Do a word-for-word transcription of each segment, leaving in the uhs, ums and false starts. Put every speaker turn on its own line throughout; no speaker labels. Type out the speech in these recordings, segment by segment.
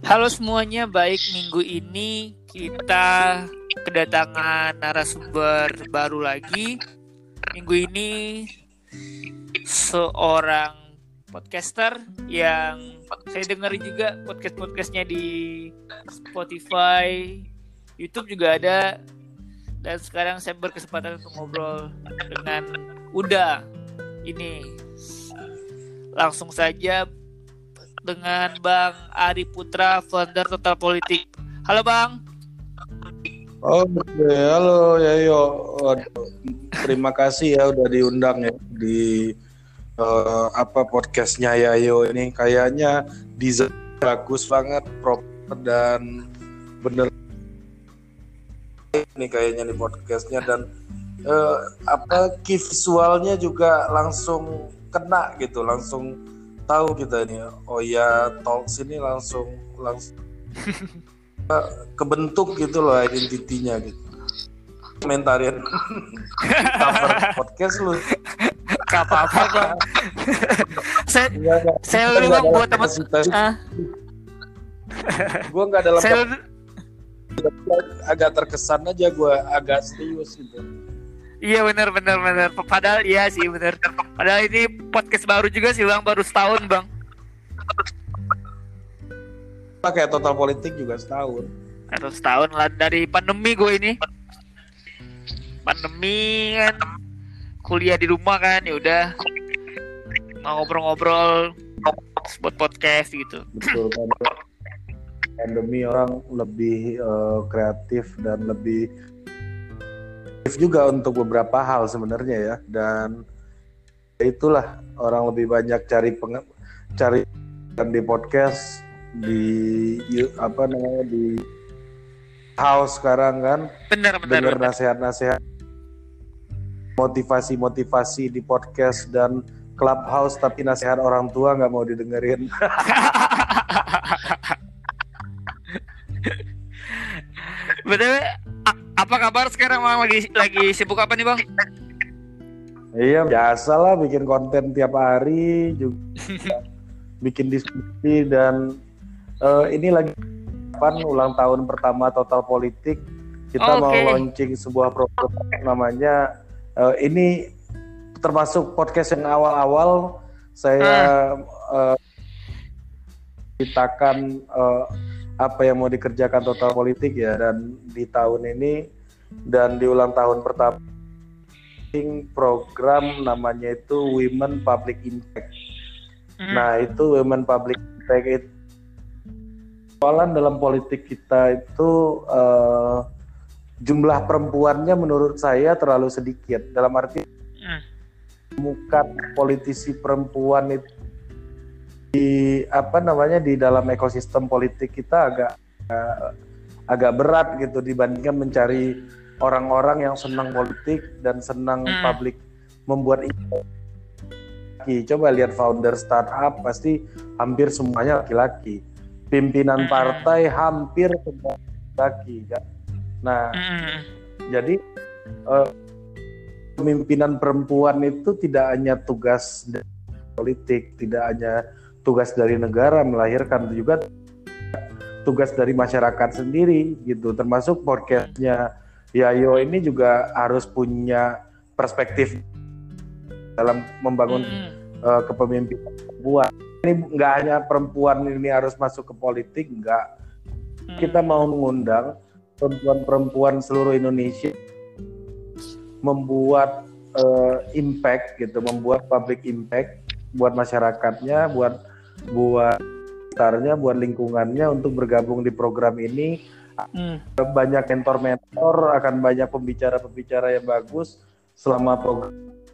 Halo semuanya, baik minggu ini kita kedatangan narasumber baru lagi. Minggu ini seorang podcaster yang saya dengerin juga podcast-podcastnya di Spotify, YouTube juga ada. Dan sekarang saya berkesempatan untuk ngobrol dengan Uda. Ini langsung saja dengan Bang Ari Putra, founder Total Politik. Halo Bang.
Oke, halo Yayo. Terima kasih ya udah diundang ya di uh, apa podcastnya Yayo ini. Kayaknya desain bagus banget, proper dan bener ini kayaknya di podcastnya, dan uh, apa key visualnya juga langsung kena gitu, langsung tahu kita ini. Oh ya, Talks ini langsung langsung kebentuk gitu loh identitinya gitu. Komentarin cover podcast lu.
Gak apa-apa Bang. saya saya dulu Bang buat teman. Ah.
Gue nggak dalam.
Saya
agak terkesan aja, gue agak serius gitu.
Iya benar benar benar. Padahal iya sih benar. Padahal ini podcast baru juga sih Bang, baru setahun Bang.
Kayak Total Politik juga setahun.
Atau setahun lah dari pandemi gue ini. Pandemi kan, kuliah di rumah kan, ya udah mau ngobrol-ngobrol buat podcast gitu.
Betul kan. Pandemi orang lebih uh, kreatif dan lebih juga untuk beberapa hal sebenarnya ya, dan itulah orang lebih banyak cari peng- cari dan di podcast, di apa namanya di house sekarang kan,
benar benar
dengar nasihat-nasihat, motivasi-motivasi di podcast dan Clubhouse, tapi nasihat orang tua nggak mau didengerin.
Betul. Apa kabar sekarang Bang? Lagi lagi sibuk apa nih Bang?
Iya, biasalah bikin konten tiap hari juga. Bikin diskusi dan uh, ini lagi kapan ulang tahun pertama Total Politik. Kita oh, mau okay. launching sebuah program namanya uh, ini termasuk podcast yang awal-awal saya uh. uh, ceritakan uh, apa yang mau dikerjakan Total Politik ya, dan di tahun ini dan di ulang tahun pertama program namanya itu Women Public Impact. Mm. Nah itu Women Public Impact itu soalan dalam politik kita itu uh, jumlah perempuannya menurut saya terlalu sedikit, dalam arti mm. bukan politisi perempuan itu di apa namanya di dalam ekosistem politik kita agak uh, agak berat gitu dibandingkan mencari orang-orang yang senang politik dan senang hmm. public membuat laki. Coba lihat founder startup pasti hampir semuanya laki-laki. Pimpinan hmm. partai hampir semua laki kan. Nah, hmm. jadi uh, pemimpinan perempuan itu tidak hanya tugas politik, tidak hanya tugas dari negara melahirkan, juga tugas dari masyarakat sendiri gitu. Termasuk podcastnya Yayo ini juga harus punya perspektif dalam membangun mm. uh, kepemimpinan perempuan. Ini nggak hanya perempuan ini harus masuk ke politik, nggak. Mm. Kita mau mengundang perempuan-perempuan seluruh Indonesia membuat uh, impact gitu, membuat public impact buat masyarakatnya, buat buat sekitarnya, buat lingkungannya untuk bergabung di program ini. Hmm. Banyak mentor-mentor, akan banyak pembicara-pembicara yang bagus selama program.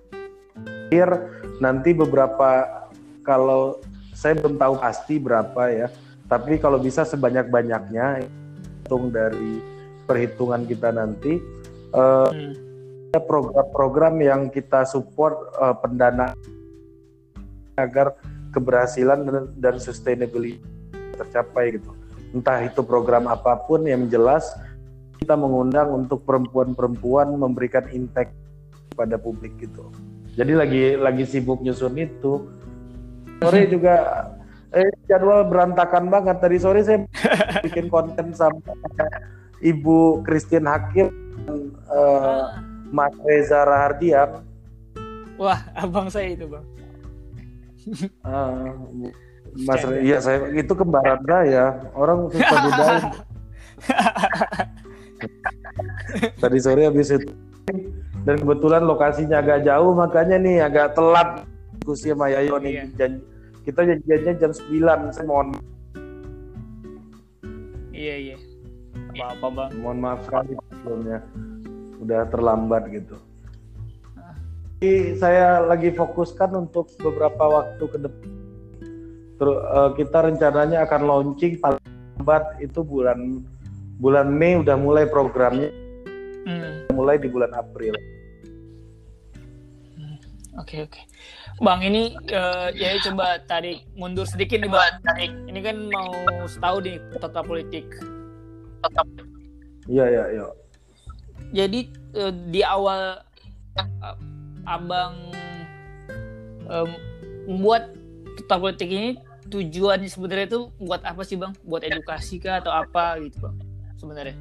Nanti beberapa, kalau saya belum tahu pasti berapa ya, tapi kalau bisa sebanyak-banyaknya, hitung dari perhitungan kita nanti, uh, hmm. program-program yang kita support uh, pendanaan agar keberhasilan dan, dan sustainability tercapai gitu. Entah itu program apapun, yang jelas kita mengundang untuk perempuan-perempuan memberikan impact pada publik gitu. Jadi lagi lagi sibuk nyusun itu. Sore juga eh jadwal berantakan banget. Tadi sore saya bikin konten sama Ibu Christine Hakim, uh,
Ah.
Mas Reza Rahardian.
Wah, abang saya itu bang.
Uh, Mas Re- iya saya itu kembaran saya. Orang susah bedain. Tadi sore habis itu dan kebetulan lokasinya agak jauh, makanya nih agak telat diskusi sama Yayo nih.
Iya.
Jan- kita janjiannya jam sembilan. Saya mohon
Iya iya. Apa-apa bang.
mohon maaf sekali sebelumnya udah terlambat gitu. Jadi saya lagi fokuskan untuk beberapa waktu ke depan. Terus uh, kita rencananya akan launching paling lambat itu bulan bulan Mei, udah mulai programnya,
Hmm.
mulai di bulan April.
Oke oke. Bang ini eh, ya coba tarik mundur sedikit nih bang. Ini kan mau setahun nih total politik.
Iya iya iya.
Jadi eh, di awal eh, abang eh, membuat total politik ini tujuannya sebenarnya itu buat apa sih bang? Buat edukasi kah atau apa gitu bang? Sebenarnya.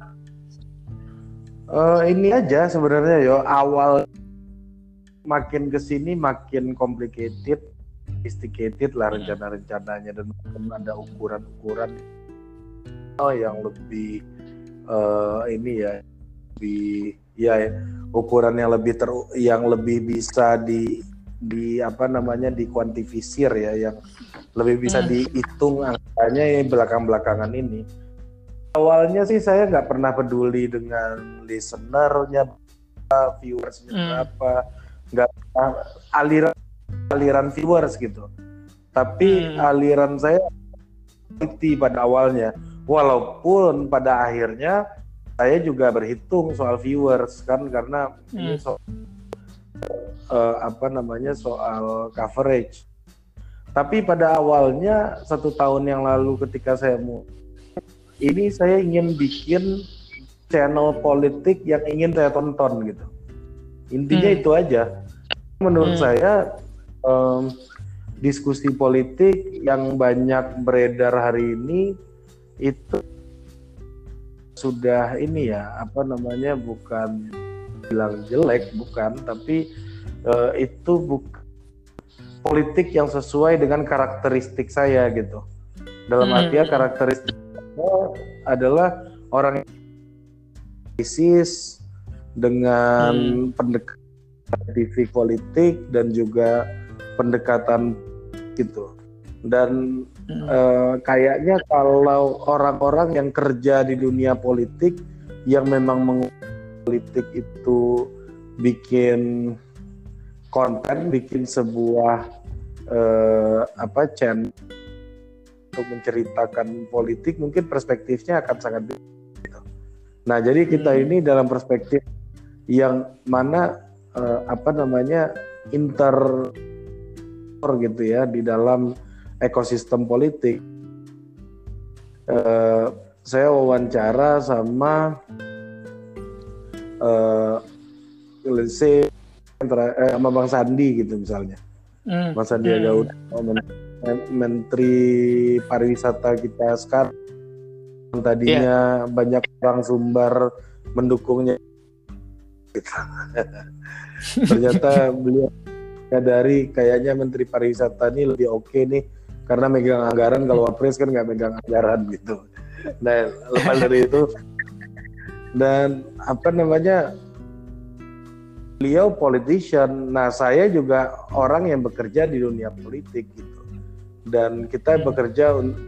Uh, ini aja sebenarnya yo, awal makin kesini makin complicated, sophisticated lah rencana-rencananya, dan makin ada ukuran-ukuran oh, yang lebih uh, ini ya, lebih ya ukuran yang lebih ter, yang lebih bisa di di apa namanya dikuantifisir ya, yang lebih bisa
Hmm.
dihitung angkanya ya belakang-belakangan ini. Awalnya sih saya nggak pernah peduli dengan listenernya, viewersnya
Hmm.
berapa, nggak pernah aliran aliran viewers gitu. Tapi
Hmm.
aliran saya quality pada awalnya, walaupun pada akhirnya saya juga berhitung soal viewers kan, karena ini
Hmm.
soal uh, apa namanya soal coverage. Tapi pada awalnya satu tahun yang lalu ketika saya mau ini saya ingin bikin channel politik yang ingin saya tonton gitu. Intinya
Hmm.
itu aja. Menurut
Hmm.
saya um, diskusi politik yang banyak beredar hari ini itu sudah ini ya, apa namanya, bukan bilang jelek, bukan, tapi uh, itu bukan politik yang sesuai dengan karakteristik saya gitu. Dalam
Hmm.
artian karakteristik adalah orang yang krisis dengan
Hmm.
pendekatan scientific politik dan juga pendekatan gitu. Dan
Hmm.
eh, kayaknya kalau orang-orang yang kerja di dunia politik yang memang menguasai politik itu bikin konten, bikin sebuah eh, apa channel untuk menceritakan politik, mungkin perspektifnya akan sangat beda gitu. Nah, jadi kita
Hmm.
ini dalam perspektif yang mana eh, apa namanya inter gitu ya di dalam ekosistem politik. Eh, saya wawancara sama eh, let's say eh, sama Bang Sandi gitu misalnya.
Hmm.
Mas Sandiaga
Hmm.
Uno, Menteri Pariwisata kita sekarang, tadinya yeah. banyak orang Sumbar mendukungnya, ternyata beliau dari kayaknya Menteri Pariwisata ini lebih oke okay nih karena megang anggaran, kalau Wapres kan nggak megang anggaran gitu. Nah, lepas dari itu, dan apa namanya, beliau politician, nah saya juga orang yang bekerja di dunia politik gitu, dan kita bekerja untuk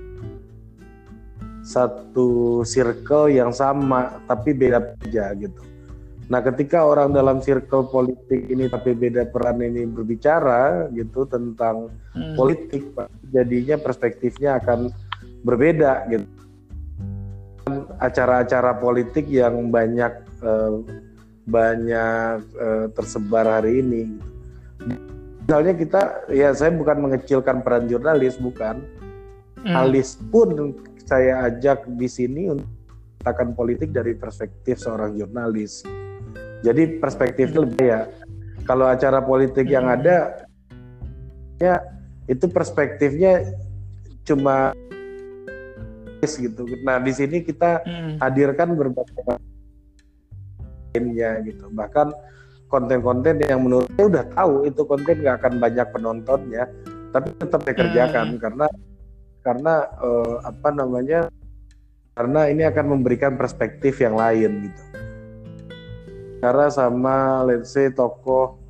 satu circle yang sama tapi beda kerja gitu. Nah, ketika orang dalam circle politik ini tapi beda peran ini berbicara gitu tentang hmm. politik, jadinya perspektifnya akan berbeda gitu. Acara-acara politik yang banyak eh, banyak uh, tersebar hari ini. Misalnya kita, ya saya bukan mengecilkan peran jurnalis, bukan. Hmm. Alis pun saya ajak di sini untuk mengatakan politik dari perspektif seorang jurnalis. Jadi perspektifnya lebih ya. Kalau acara politik yang ada, ya itu perspektifnya cuma gitu. Nah di sini kita hmm. hadirkan berbagai kontennya gitu. Bahkan konten-konten yang menurut saya udah tahu itu konten nggak akan banyak penontonnya, tapi tetap dikerjakan hmm. karena karena uh, apa namanya? Karena ini akan memberikan perspektif yang lain gitu. Karena sama let's say tokoh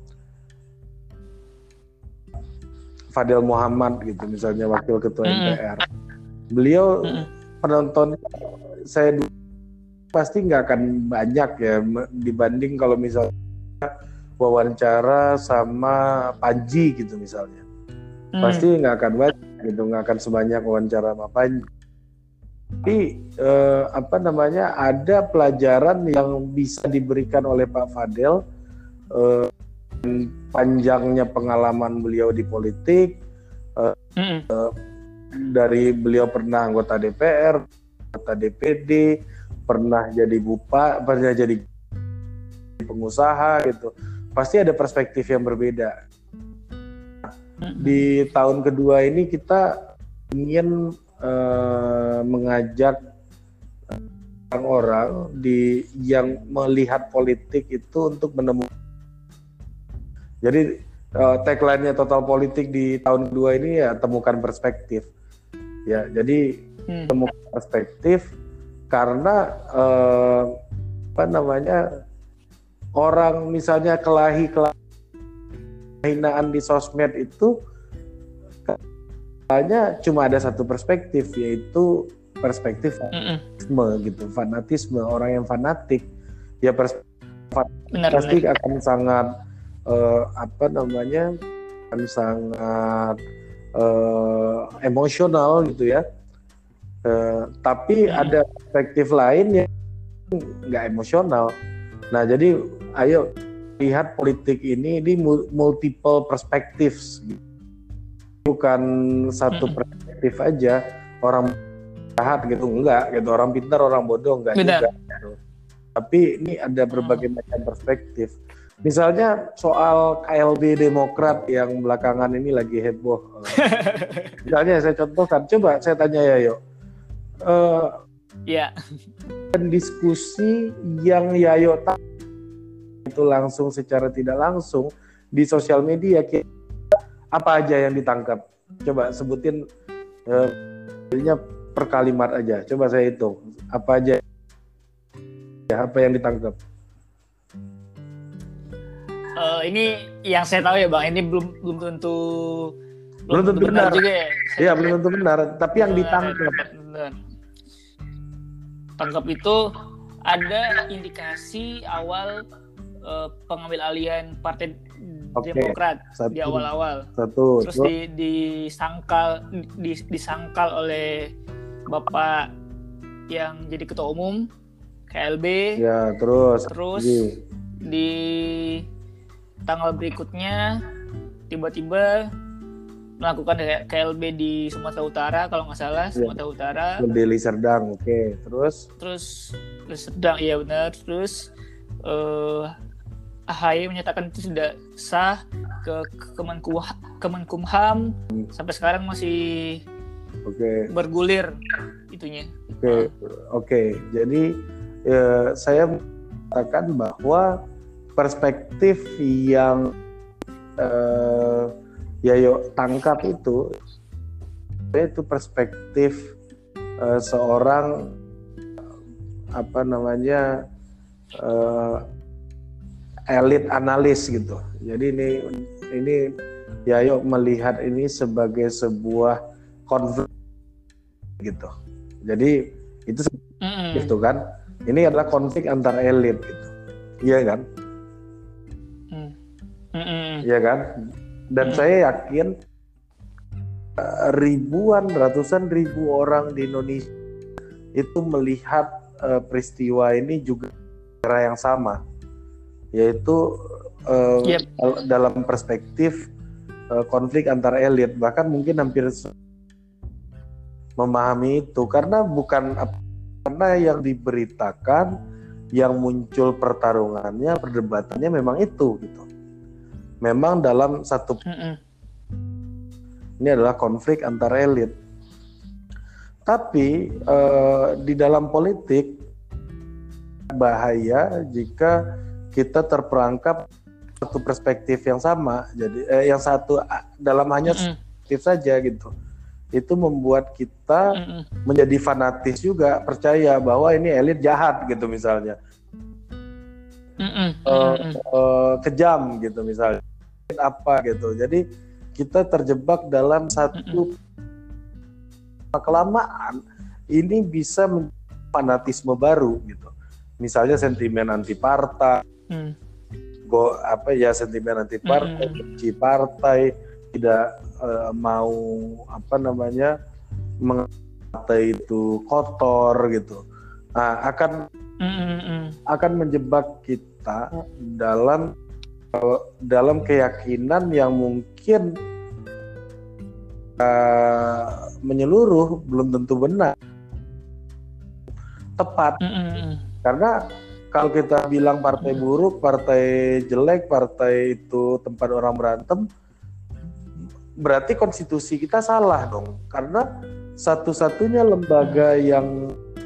Fadil Muhammad gitu misalnya wakil ketua mm. M P R. Beliau mm. penonton saya pasti nggak akan banyak ya dibanding kalau misalnya wawancara sama Panji gitu misalnya. Mm. Pasti nggak akan banyak gitu, nggak akan sebanyak wawancara sama Panji. Tapi eh, apa namanya ada pelajaran yang bisa diberikan oleh Pak Fadil, eh, panjangnya pengalaman beliau di politik, eh, mm. eh, dari beliau pernah anggota D P R, anggota D P D, pernah jadi bupati, pernah jadi pengusaha gitu. Pasti ada perspektif yang berbeda. Mm. Di tahun kedua ini kita ingin Uh, mengajak orang-orang di yang melihat politik itu untuk menemukan. Jadi uh, tagline-nya Total Politik di tahun kedua ini ya temukan perspektif. Ya, jadi hmm. temukan perspektif karena uh, apa namanya orang misalnya kelahi kelahinaan di sosmed itu hanya cuma ada satu perspektif, yaitu perspektif fanatisme gitu, fanatisme orang yang fanatik ya pers- benar, pasti benar. akan sangat uh, apa namanya akan sangat uh, emosional gitu ya, uh, tapi mm. ada perspektif lain yang nggak emosional. Nah jadi ayo lihat politik ini di multiple perspectives gitu. Bukan satu perspektif aja orang jahat gitu enggak gitu, orang pintar orang bodoh enggak Benar. juga gitu. Tapi ini ada berbagai hmm. macam perspektif. Misalnya soal K L B Demokrat yang belakangan ini lagi heboh. Misalnya saya contohkan, coba saya tanya ya yuk. Uh, ya. Diskusi yang Yayo itu langsung secara tidak langsung di sosial media apa aja yang ditangkap? Coba sebutin eh, per kalimat aja. Coba saya hitung. Apa aja? Ya, apa yang ditangkap?
Uh, ini yang saya tahu ya Bang. Ini belum belum tentu
belum, belum tentu benar, benar juga ya. Iya, belum tentu benar. Tapi yang ditangkap.
Benar. Tangkap itu ada indikasi awal uh, pengambil alihan Partai Okay. Demokrat satu, di awal-awal,
satu,
terus di, disangkal di, disangkal oleh Bapak yang jadi ketua umum K L B.
Ya, terus,
terus di, di tanggal berikutnya tiba-tiba melakukan K L B di Sumatera Utara kalau nggak salah, ya. Sumatera Utara.
Deli Serdang, oke, okay. terus?
Terus Deli Serdang, iya benar. Terus uh, A H Y menyatakan itu sudah sah ke Kemenkumham hmm. sampai sekarang masih
okay.
bergulir itunya.
Oke, okay. oke. Okay. Jadi ya, saya mengatakan bahwa perspektif yang eh, Yayo tangkap itu itu perspektif eh, seorang apa namanya eh, elit analis gitu. Jadi ini ini Yayo melihat ini sebagai sebuah konflik gitu. Jadi itu mm-hmm. gitu kan. Ini adalah konflik antar elit gitu. Iya kan? Mm-hmm. Iya kan? Dan mm-hmm. saya yakin ribuan, ratusan ribu orang di Indonesia itu melihat uh, peristiwa ini juga cara yang sama. Yaitu uh, yep. dalam perspektif uh, konflik antar elit, bahkan mungkin hampir memahami itu karena bukan karena yang diberitakan, yang muncul pertarungannya, perdebatannya memang itu gitu. Memang dalam satu Mm-mm. ini adalah konflik antar elit. Tapi uh, di dalam politik bahaya jika kita terperangkap satu perspektif yang sama, jadi eh, yang satu dalam hanya
Mm-mm.
perspektif saja gitu. Itu membuat kita
Mm-mm.
menjadi fanatis juga, percaya bahwa ini elit jahat gitu misalnya,
Mm-mm.
uh,
Mm-mm.
uh, kejam gitu misalnya, apa gitu. Jadi kita terjebak dalam satu kelamaan ini bisa menjadi fanatisme baru gitu. Misalnya sentimen anti partai,
Mm.
go apa ya sentimen anti partai,
Mm-mm.
benci partai, tidak uh, mau apa namanya mengatakan itu kotor gitu. Nah, akan
Mm-mm.
akan menjebak kita dalam uh, dalam keyakinan yang mungkin uh, menyeluruh, belum tentu benar, tepat.
Mm-mm.
Karena kalau kita bilang partai buruk, partai jelek, partai itu tempat orang berantem, berarti konstitusi kita salah dong. Karena satu-satunya lembaga yang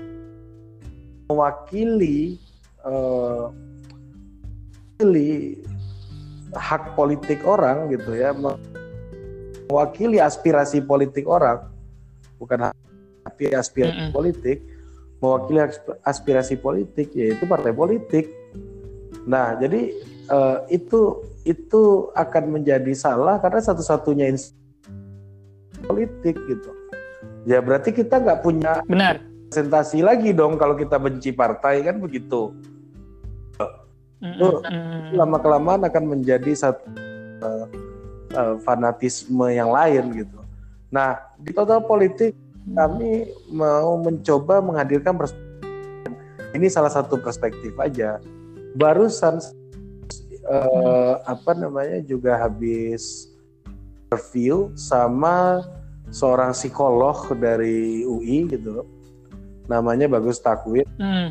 mewakili uh, mewakili hak politik orang gitu ya, mewakili aspirasi politik orang, bukan tapi aspirasi
Mm-mm.
politik, mewakili aspirasi politik, yaitu partai politik. Nah, jadi uh, itu itu akan menjadi salah karena satu-satunya institusi politik gitu. Ya berarti kita nggak punya
Benar.
representasi lagi dong kalau kita benci partai, kan begitu. Itu
Mm-mm.
lama-kelamaan akan menjadi satu uh, uh, fanatisme yang lain gitu. Nah, di total politik kami mau mencoba menghadirkan perspektif. Ini salah satu perspektif aja. Barusan uh, apa namanya juga habis review sama seorang psikolog dari U I gitu, namanya Bagus Takwin,
Mm.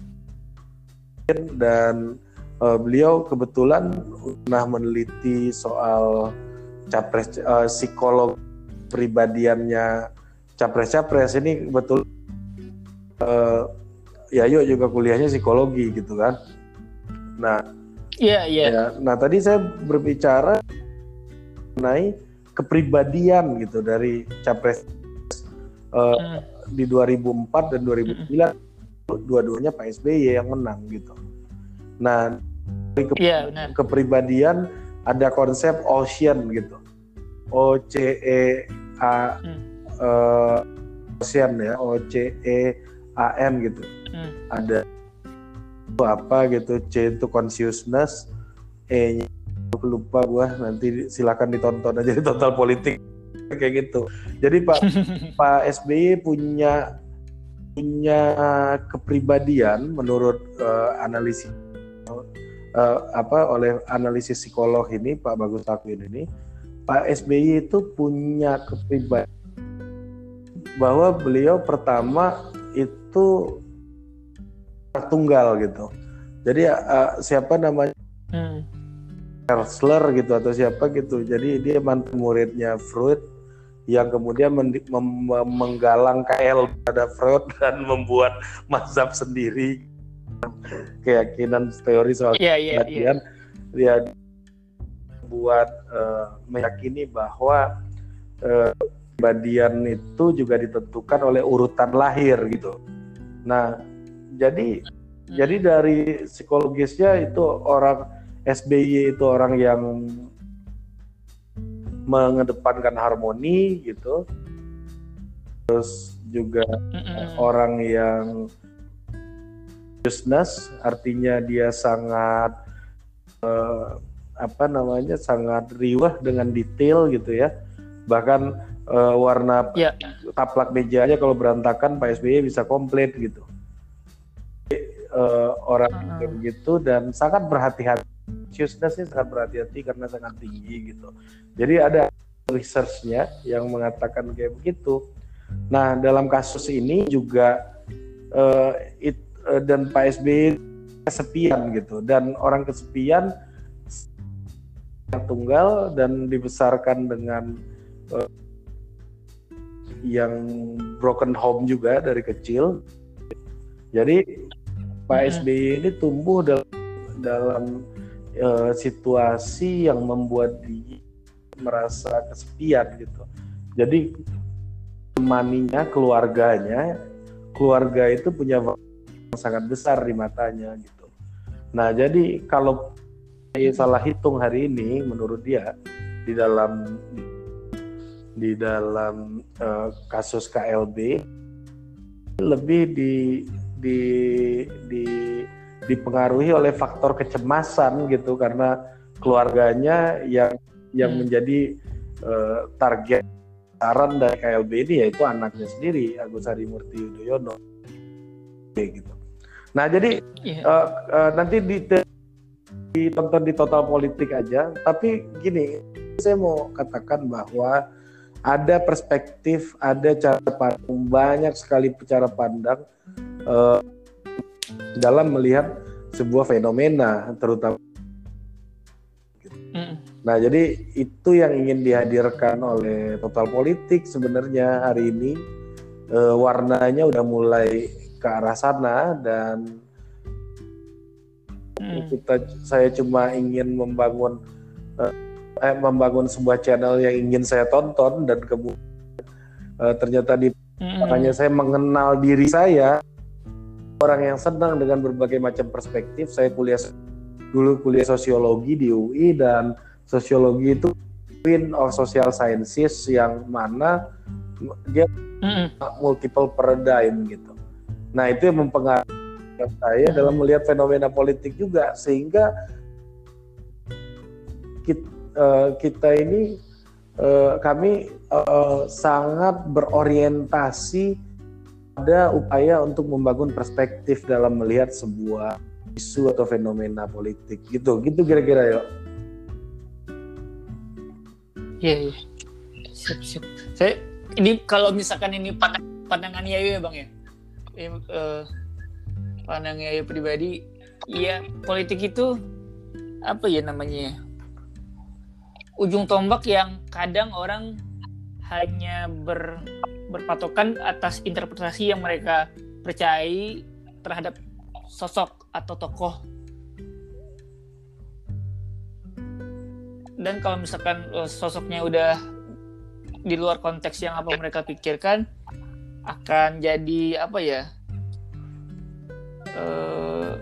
dan uh, beliau kebetulan pernah meneliti soal capres uh, psikolog pribadiannya capres-capres ini. Betul uh, Yayo juga kuliahnya psikologi gitu kan. Nah,
Iya, iya.
ya, nah tadi saya berbicara mengenai kepribadian gitu dari capres uh,
Mm.
di dua ribu empat dan dua ribu sembilan, mm. dua-duanya Pak S B Y yang menang gitu. Nah, dari ke-
Iya, benar.
kepribadian ada konsep ocean gitu, O C E A
Mm.
uh, ocean ya, O C E A N gitu.
Mm.
Ada itu apa gitu, C itu consciousness, E nya lupa gua, nanti silakan ditonton aja di Total Politik kayak gitu. Jadi Pak Pak S B Y punya punya kepribadian menurut uh, analisis uh, apa oleh analisis psikolog ini Pak Bagus Takwin ini, Pak S B Y itu punya kepribadian bahwa beliau pertama itu tunggal gitu. Jadi uh, siapa namanya
Mm.
Herzler gitu atau siapa gitu. Jadi dia mantan muridnya Freud yang kemudian men- mem- menggalang K L pada Freud dan membuat mazhab sendiri, keyakinan teori soal
Iya, iya, iya.
kepribadian. Dia buat uh, meyakini bahwa uh, kepribadian itu juga ditentukan oleh urutan lahir gitu. Nah, jadi jadi dari psikologisnya itu orang S B Y itu orang yang mengedepankan harmoni gitu. Terus juga
Mm-mm.
orang yang consciousness, artinya dia sangat uh, apa namanya sangat riwah dengan detail gitu ya. Bahkan uh, warna
Ya.
taplak mejanya kalau berantakan Pak S B Y bisa komplit gitu. Uh, orang
Uh-huh.
kayak begitu dan sangat berhati-hati, consciousness-nya sangat berhati-hati karena sangat tinggi gitu. Jadi ada research-nya yang mengatakan kayak begitu. Nah, dalam kasus ini juga uh, it, uh, dan Pak S B Y kesepian gitu, dan orang kesepian yang tunggal dan dibesarkan dengan uh, yang broken home juga dari kecil. Jadi Pak S B Y ini tumbuh dalam dalam uh, situasi yang membuat dia merasa kesepian gitu. Jadi temaninya, keluarganya, keluarga itu punya yang sangat besar di matanya gitu. Nah, jadi kalau saya salah hitung hari ini, menurut dia di dalam di dalam uh, kasus K L B lebih di di di dipengaruhi oleh faktor kecemasan gitu, karena keluarganya yang yang hmm. menjadi uh, target saran dari K L B ini yaitu anaknya sendiri, Agus Harimurti Yudhoyono gitu. Nah, jadi yeah. uh, uh, nanti di, ditonton di Total Politik aja, tapi gini, saya mau katakan bahwa ada perspektif, ada cara pandang, banyak sekali cara pandang uh, dalam melihat sebuah fenomena, terutama. Mm. Nah, jadi itu yang ingin dihadirkan oleh Total Politik sebenarnya hari ini. Uh, warnanya udah mulai ke arah sana, dan mm. kita, saya cuma ingin membangun uh, Eh, membangun sebuah channel yang ingin saya tonton, dan kemudian uh, ternyata di mm. makanya saya mengenal diri saya, orang yang senang dengan berbagai macam perspektif. Saya kuliah dulu kuliah sosiologi di U I, dan sosiologi itu Queen of Social Sciences, yang mana dia mm. multiple paradigm gitu. Nah, itu yang mempengaruhi saya mm. dalam melihat fenomena politik juga, sehingga kita Uh, kita ini uh, kami uh, sangat berorientasi pada upaya untuk membangun perspektif dalam melihat sebuah isu atau fenomena politik gitu gitu kira-kira. Yuk
iya, iya. Siap, siap. Saya ini kalau misalkan ini pandang, pandangan Yayu ya Bang ya, ya uh, pandangan Yayu pribadi, iya politik itu apa ya namanya, ujung tombak yang kadang orang hanya ber, berpatokan atas interpretasi yang mereka percayai terhadap sosok atau tokoh. Dan kalau misalkan sosoknya udah di luar konteks yang apa mereka pikirkan, akan jadi apa ya, uh,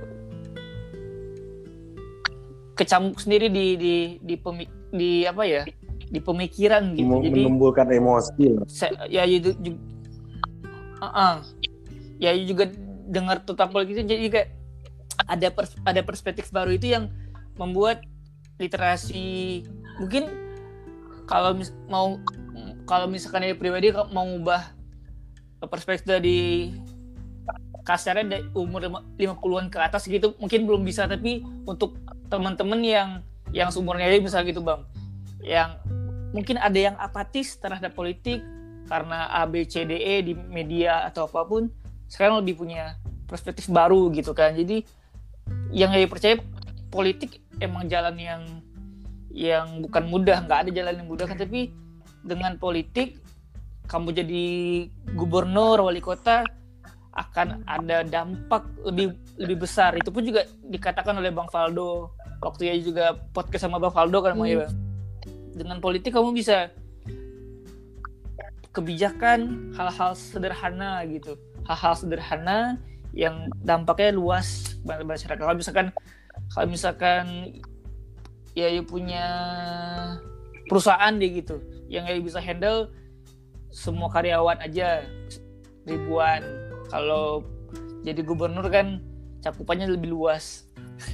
kecamuk sendiri di di di pemik di apa ya di pemikiran gitu. Jadi
menimbulkan emosi.
Saya, ya juga, juga uh-uh. ya juga dengar Total Politik, jadi kayak ada pers- ada perspektif baru itu yang membuat literasi, mungkin kalau mis- mau kalau misalkan dari pribadi mau mengubah perspektif dari kasarnya dari umur lima puluhan ke atas gitu mungkin belum bisa, tapi untuk teman-teman yang yang seumurnya misalnya gitu Bang, yang mungkin ada yang apatis terhadap politik karena A B C D E di media atau apapun, sekarang lebih punya perspektif baru gitu kan. Jadi yang saya percaya politik emang jalan yang yang bukan mudah, nggak ada jalan yang mudah kan, tapi dengan politik kamu jadi gubernur, wali kota, akan ada dampak lebih lebih besar. Itu pun juga dikatakan oleh Bang Faldo waktu ya juga podcast sama Bang Faldo kan, hmm. ya Bang. Dengan politik kamu bisa kebijakan hal-hal sederhana gitu, hal-hal sederhana yang dampaknya luas pada masyarakat. Kalau misalkan kalau misalkan ya you punya perusahaan deh gitu, yang ya bisa handle semua karyawan aja ribuan. Kalau jadi gubernur kan cakupannya lebih luas.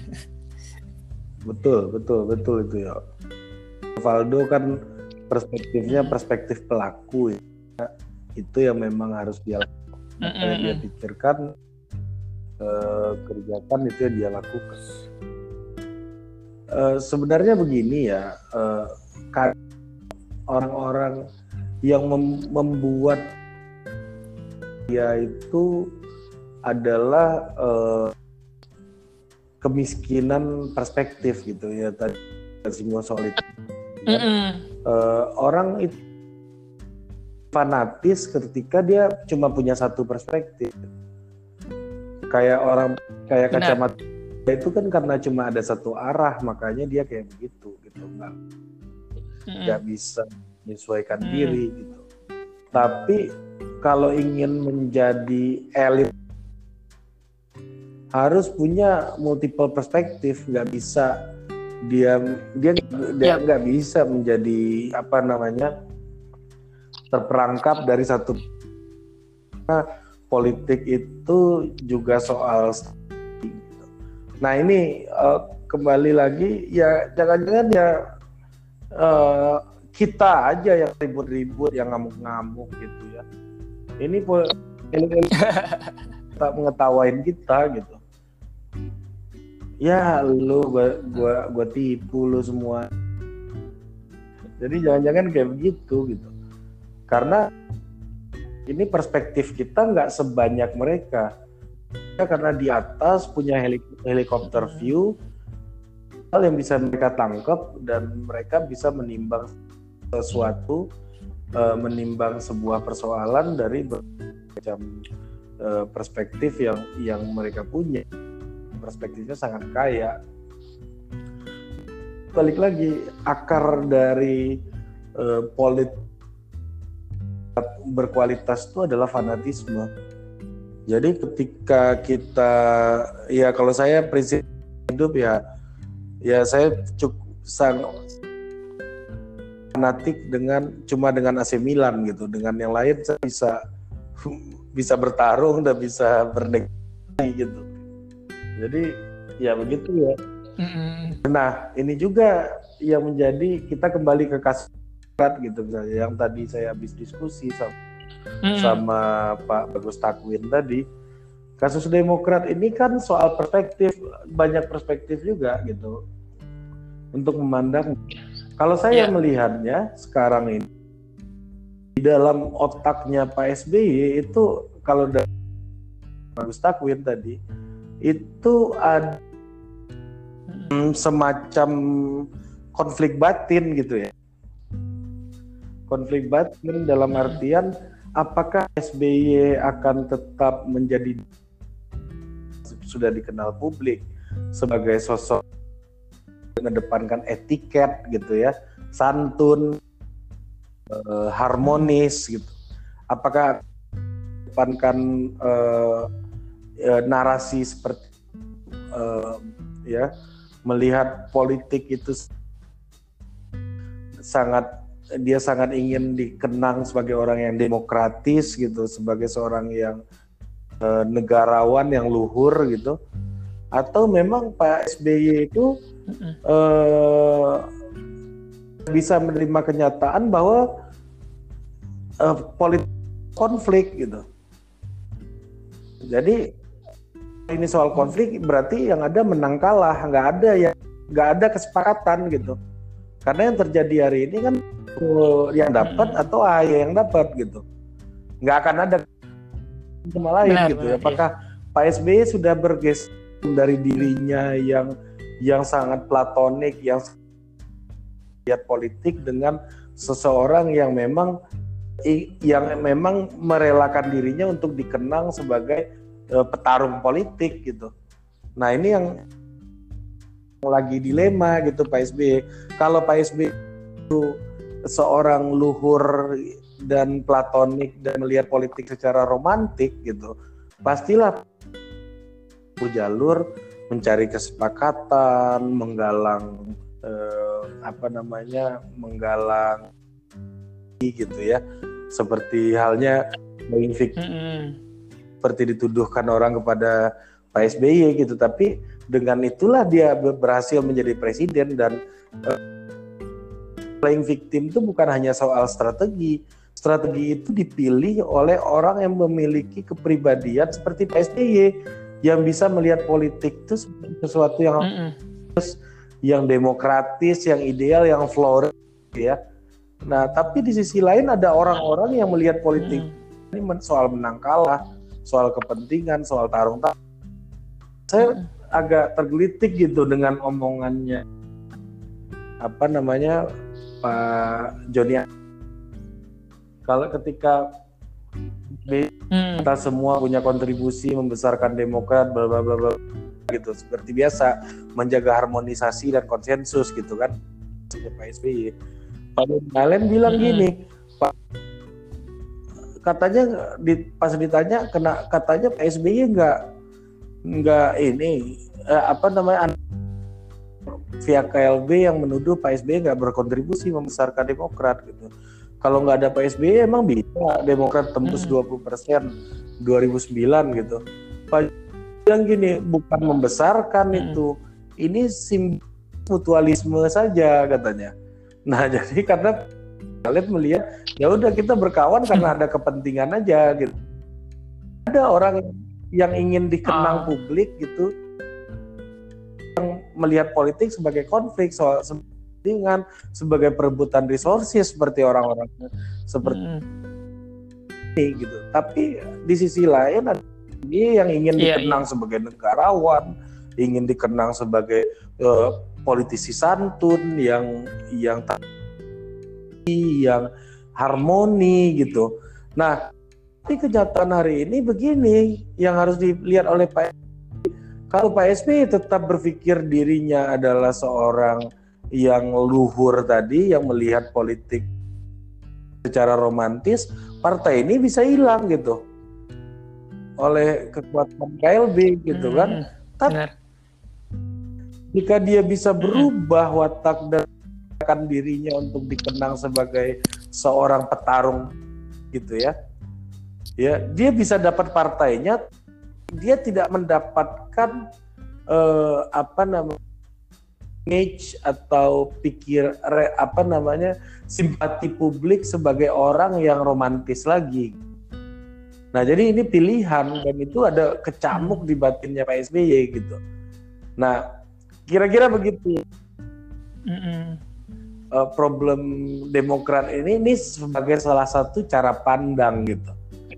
Betul, betul, betul itu ya. Valdo kan perspektifnya perspektif pelaku ya. Itu yang memang harus dia lakukan. Mm-hmm. Dia pikirkan, eh, kerjakan, itu yang dia lakukan. Eh, sebenarnya begini ya, eh, kan orang-orang yang mem- membuat dia itu adalah eh, kemiskinan perspektif gitu ya, tadi semua soal itu. Mm-hmm. Uh, orang itu fanatis ketika dia cuma punya satu perspektif. Kayak orang kayak
Benar.
kacamata itu kan karena cuma ada satu arah, makanya dia kayak begitu gitu, nggak nggak
Mm-mm.
bisa menyesuaikan
Mm.
diri gitu. Tapi kalau ingin menjadi elit harus punya multiple perspektif, nggak bisa dia dia dia
Yap.
nggak bisa menjadi apa namanya terperangkap dari satu. Nah, politik itu juga soal strategi gitu. Nah ini uh, kembali lagi ya jangan-jangan ya uh, kita aja yang ribut-ribut, yang ngamuk-ngamuk gitu ya. Ini po- tak mengetawain kita gitu. Ya lu gua gua gua tipu lu semua. Jadi jangan-jangan kayak begitu gitu. Karena ini perspektif kita nggak sebanyak mereka. Ya, karena di atas punya helik- helikopter view, hal yang bisa mereka tangkap dan mereka bisa menimbang sesuatu, uh, menimbang sebuah persoalan dari berbagai uh, perspektif yang yang mereka punya. Perspektifnya sangat kaya. Balik lagi, akar dari uh, politik berkualitas itu adalah fanatisme. Jadi ketika kita, ya kalau saya prinsip hidup ya, ya saya cukup sangat fanatik dengan cuma dengan A C Milan gitu. Dengan yang lain saya bisa bisa bertarung dan bisa bernegosiasi gitu. Jadi ya begitu ya.
Mm-mm.
Nah ini juga yang menjadi kita kembali ke kasus gitu misalnya yang tadi saya habis diskusi sama,
Mm-mm.
sama Pak Bagus Takwin tadi. Kasus Demokrat ini kan soal perspektif, banyak perspektif juga gitu untuk memandang. Kalau saya
Yeah.
melihatnya sekarang ini di dalam otaknya Pak S B Y itu kalau dari Bagus Takwin tadi itu ada mm, semacam konflik batin gitu ya. Konflik batin dalam artian apakah S B Y akan tetap menjadi sudah dikenal publik sebagai sosok mengedepankan etiket gitu ya, santun, eh, harmonis gitu. Apakah mengedepankan eh, eh, narasi seperti eh, ya melihat politik itu sangat dia sangat ingin dikenang sebagai orang yang demokratis gitu, sebagai seorang yang e, negarawan yang luhur gitu, atau memang Pak S B Y itu e, bisa menerima kenyataan bahwa e, politik konflik gitu. Jadi ini soal konflik berarti yang ada menang kalah, nggak ada ya, nggak ada kesepakatan gitu. Karena yang terjadi hari ini kan yang dapat atau A Y yang dapat gitu, nggak akan ada sama lain
Benar,
gitu.
benar,
Apakah iya. Pak S B Y sudah bergeser dari dirinya yang yang sangat platonik, yang lihat politik dengan seseorang yang memang yang memang merelakan dirinya untuk dikenang sebagai uh, petarung politik gitu. Nah ini yang lagi dilema gitu Pak S B Y. Kalau Pak S B Y itu seorang luhur dan platonik dan melihat politik secara romantik gitu, pastilah jalur mencari kesepakatan, menggalang eh, apa namanya, menggalang gitu ya, seperti halnya playing victim, mm-hmm. seperti dituduhkan orang kepada Pak S B Y gitu, tapi dengan itulah dia berhasil menjadi presiden. Dan eh, playing victim itu bukan hanya soal strategi. Strategi itu dipilih oleh orang yang memiliki kepribadian seperti Pak S B Y yang bisa melihat politik itu sebagai sesuatu yang mm-hmm. yang demokratis, yang ideal, yang flourish ya. Nah, tapi di sisi lain ada orang-orang yang melihat politik mm-hmm. ini soal menang kalah, soal kepentingan, soal tarung tarung. Saya mm-hmm. agak tergelitik gitu dengan omongannya apa namanya Pak Joni. Kalau ketika
Hmm.
kita semua punya kontribusi membesarkan Demokrat, bla bla bla bla gitu, seperti biasa menjaga harmonisasi dan konsensus gitu kan, Pak S B Y. Pak Nurdin bilang
Hmm.
gini, Pak, katanya di, pas ditanya kena katanya Pak S B Y nggak nggak ini eh, apa namanya via K L B yang menuduh Pak S B Y nggak berkontribusi membesarkan Demokrat gitu. Kalau nggak ada Pak S B Y emang bisa Demokrat tembus
Hmm.
dua puluh persen dua ribu sembilan gitu. Pak bilang gini, bukan membesarkan
Hmm.
itu, ini sim mutualisme saja katanya. Nah jadi karena kalian melihat ya udah kita berkawan karena ada kepentingan aja gitu. Ada orang yang ingin dikenang
Ah.
publik gitu, yang melihat politik sebagai konflik soal kepentingan, sebagai perebutan resources seperti orang-orang seperti
Hmm.
ini gitu. Tapi di sisi lain ada dia yang ingin
Iya,
dikenang
iya.
sebagai negarawan, ingin dikenang sebagai uh, politisi santun yang yang yang harmoni gitu. Nah, tapi kenyataan hari ini begini yang harus dilihat oleh Pak S B Y. Kalau Pak S B Y tetap berpikir dirinya adalah seorang yang luhur tadi, yang melihat politik secara romantis, partai ini bisa hilang gitu oleh kekuatan K L B gitu
Hmm.
kan. Tapi
Benar.
jika dia bisa berubah watak dan menyatakan dirinya untuk dikenang sebagai seorang petarung gitu ya, ya dia bisa dapat partainya, dia tidak mendapatkan eh, apa namanya image atau pikir re, apa namanya simpati publik sebagai orang yang romantis lagi. Nah jadi ini pilihan dan itu ada kecamuk di batinnya Pak S B Y gitu. Nah kira-kira begitu.
Hmm.
Uh, problem Demokrat ini ini sebagai salah satu cara pandang gitu.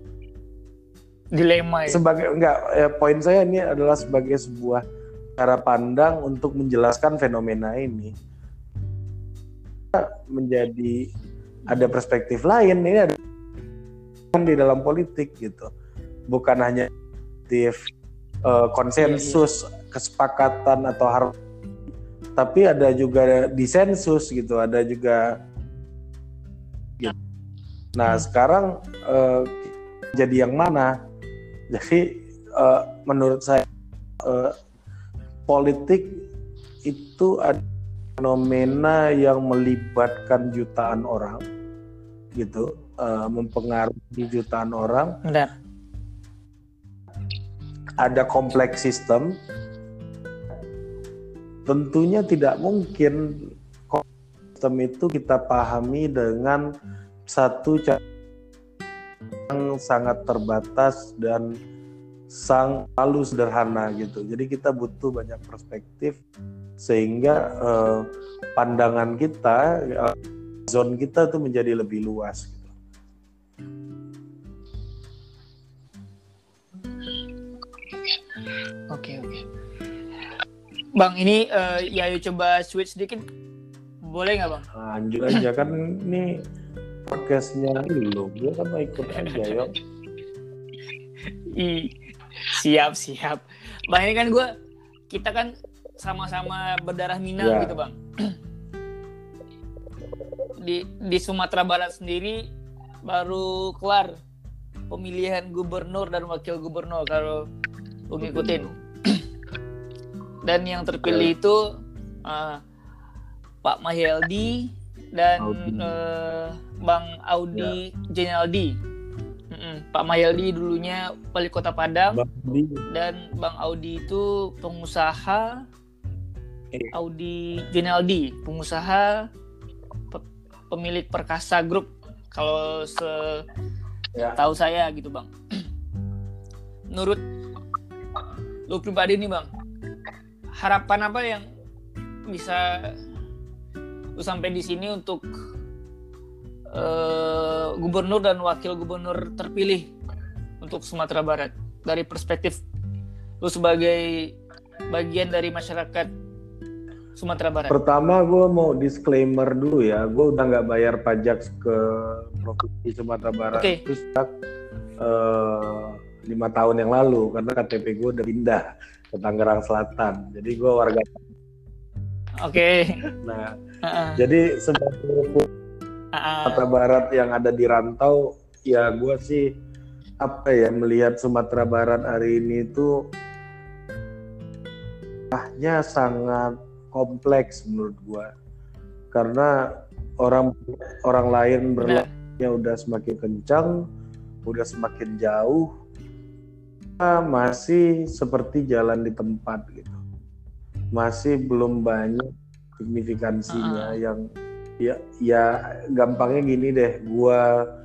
Dilema ya.
Sebagai enggak ya, poin saya ini adalah sebagai sebuah cara pandang untuk menjelaskan fenomena ini. Menjadi ada perspektif lain, ini ada di dalam politik gitu. Bukan hanya perspektif uh, konsensus, kesepakatan atau harus, tapi ada juga disensus gitu, ada juga gitu. Nah sekarang uh, jadi yang mana? Jadi uh, menurut saya uh, politik itu ada fenomena yang melibatkan jutaan orang gitu, uh, mempengaruhi jutaan orang.
Benar.
Ada kompleks sistem. Tentunya tidak mungkin sistem itu kita pahami dengan satu cara yang sangat terbatas dan sang lalu sederhana gitu. Jadi kita butuh banyak perspektif sehingga eh, pandangan kita, eh, zone kita tuh menjadi lebih luas. Gitu.
Oke oke. Bang ini uh, ya ayo coba switch sedikit, boleh nggak bang?
Lanjut aja kan ini podcastnya lu, gue kan mau ikut aja yuk.
I, siap siap. Bang ini kan gue, kita kan sama-sama berdarah Minang
Ya.
gitu bang. Di di Sumatera Barat sendiri baru kelar pemilihan gubernur dan wakil gubernur kalau lu ngikutin. Dan yang terpilih itu uh, Pak Mahyeldi dan uh, Bang Audi ya. Jenaldi. Mm-mm. Pak Mahyeldi dulunya wali kota Padang, Bang dan Bang Audi itu pengusaha. Eh. Audi Jenaldi pengusaha pe- pemilik Perkasa Group kalau se ya. Tahu saya gitu bang. Menurut lu pribadi nih bang, harapan apa yang bisa lu sampai di sini untuk uh, gubernur dan wakil gubernur terpilih untuk Sumatera Barat dari perspektif lu sebagai bagian dari masyarakat Sumatera Barat?
Pertama gue mau disclaimer dulu ya, gue udah nggak bayar pajak ke provinsi Sumatera Barat
okay.
itu sejak uh, lima tahun yang lalu karena K T P gue udah pindah ke Tangerang Selatan, jadi gue warga.
Oke. Okay.
Nah,
uh-uh.
jadi sebagai Sumatera Barat yang ada di rantau, ya gue sih apa ya melihat Sumatera Barat hari ini itu ahnya sangat kompleks menurut gue, karena orang orang lain berlakunya udah semakin kencang, udah semakin jauh, masih seperti jalan di tempat gitu, masih belum banyak signifikansinya. uh-uh. Yang ya ya gampangnya gini deh, gue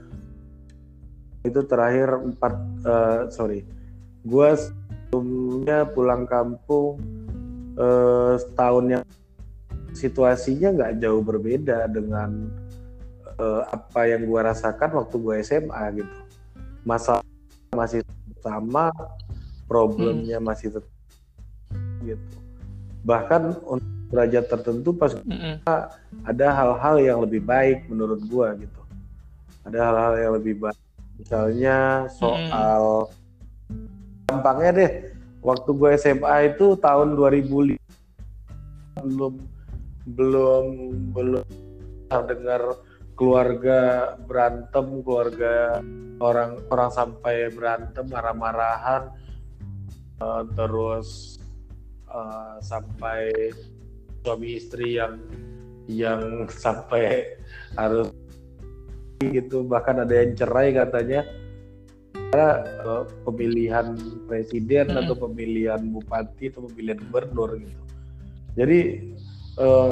itu terakhir empat uh, sorry gue sebelumnya pulang kampung uh, setahun yang situasinya nggak jauh berbeda dengan uh, apa yang gue rasakan waktu gue S M A gitu. Masalah masih sama, problemnya hmm. masih tetap gitu. Bahkan untuk derajat tertentu pas hmm. ada hal-hal yang lebih baik menurut gue gitu. Ada hal-hal yang lebih baik. Misalnya soal hmm. gampangnya deh, waktu gue S M A itu tahun dua ribu lima belum belum belum dengar keluarga berantem, keluarga orang orang sampai berantem, marah-marahan, uh, terus uh, sampai suami istri yang yang sampai harus gitu, bahkan ada yang cerai katanya karena uh, pemilihan presiden hmm. atau pemilihan bupati atau pemilihan gubernur gitu. Jadi uh,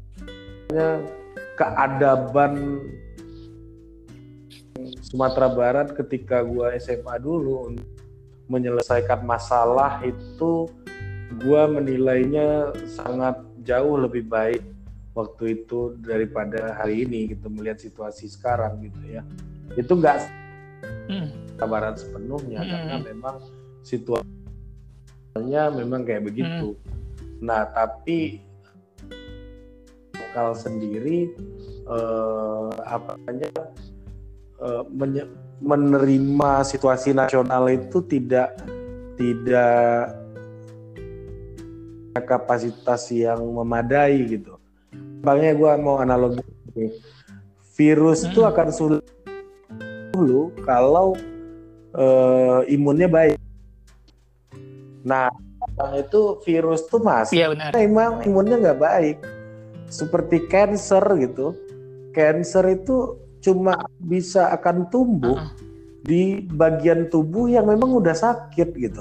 keadaban Sumatera Barat ketika gua S M A dulu untuk menyelesaikan masalah itu, gua menilainya sangat jauh lebih baik waktu itu daripada hari ini gitu, melihat situasi sekarang gitu ya. Itu nggak hmm. Barat sepenuhnya hmm. karena memang situasinya memang kayak begitu. Hmm. Nah, tapi lokal sendiri eh, apa namanya eh, menye- menerima situasi nasional itu tidak tidak kapasitas yang memadai gitu. Makanya gue mau analogi, virus itu hmm. akan sulit dulu kalau uh, imunnya baik. Nah, itu virus tuh masih,
ya, benar.
Emang imunnya nggak baik. Seperti cancer gitu, cancer itu cuma bisa akan tumbuh uh-uh. di bagian tubuh yang memang udah sakit gitu.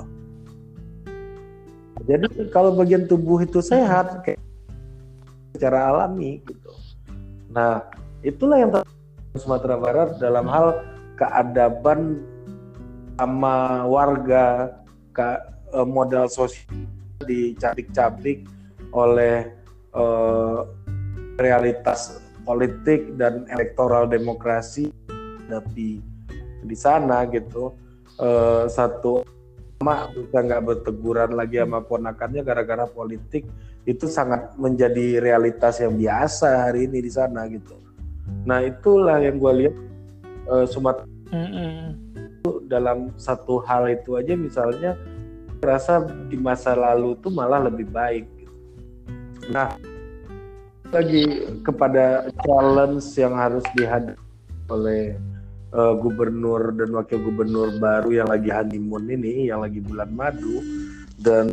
Jadi kalau bagian tubuh itu sehat, kayak secara alami gitu. Nah, itulah yang terjadi Sumatera Barat dalam hal keadaban sama warga, ke, eh, modal sosial dicabik-cabik oleh eh, realitas politik dan elektoral demokrasi tapi di sana gitu. Eh, satu emak bisa nggak berteguran lagi sama ponakannya gara-gara politik, itu sangat menjadi realitas yang biasa hari ini di sana gitu. Nah, itulah yang gue lihat uh, Sumatera mm-hmm. itu dalam satu hal itu aja, misalnya rasa di masa lalu tuh malah lebih baik gitu. Nah, lagi kepada challenge yang harus dihadapi oleh uh, gubernur dan wakil gubernur baru yang lagi honeymoon ini, yang lagi bulan madu dan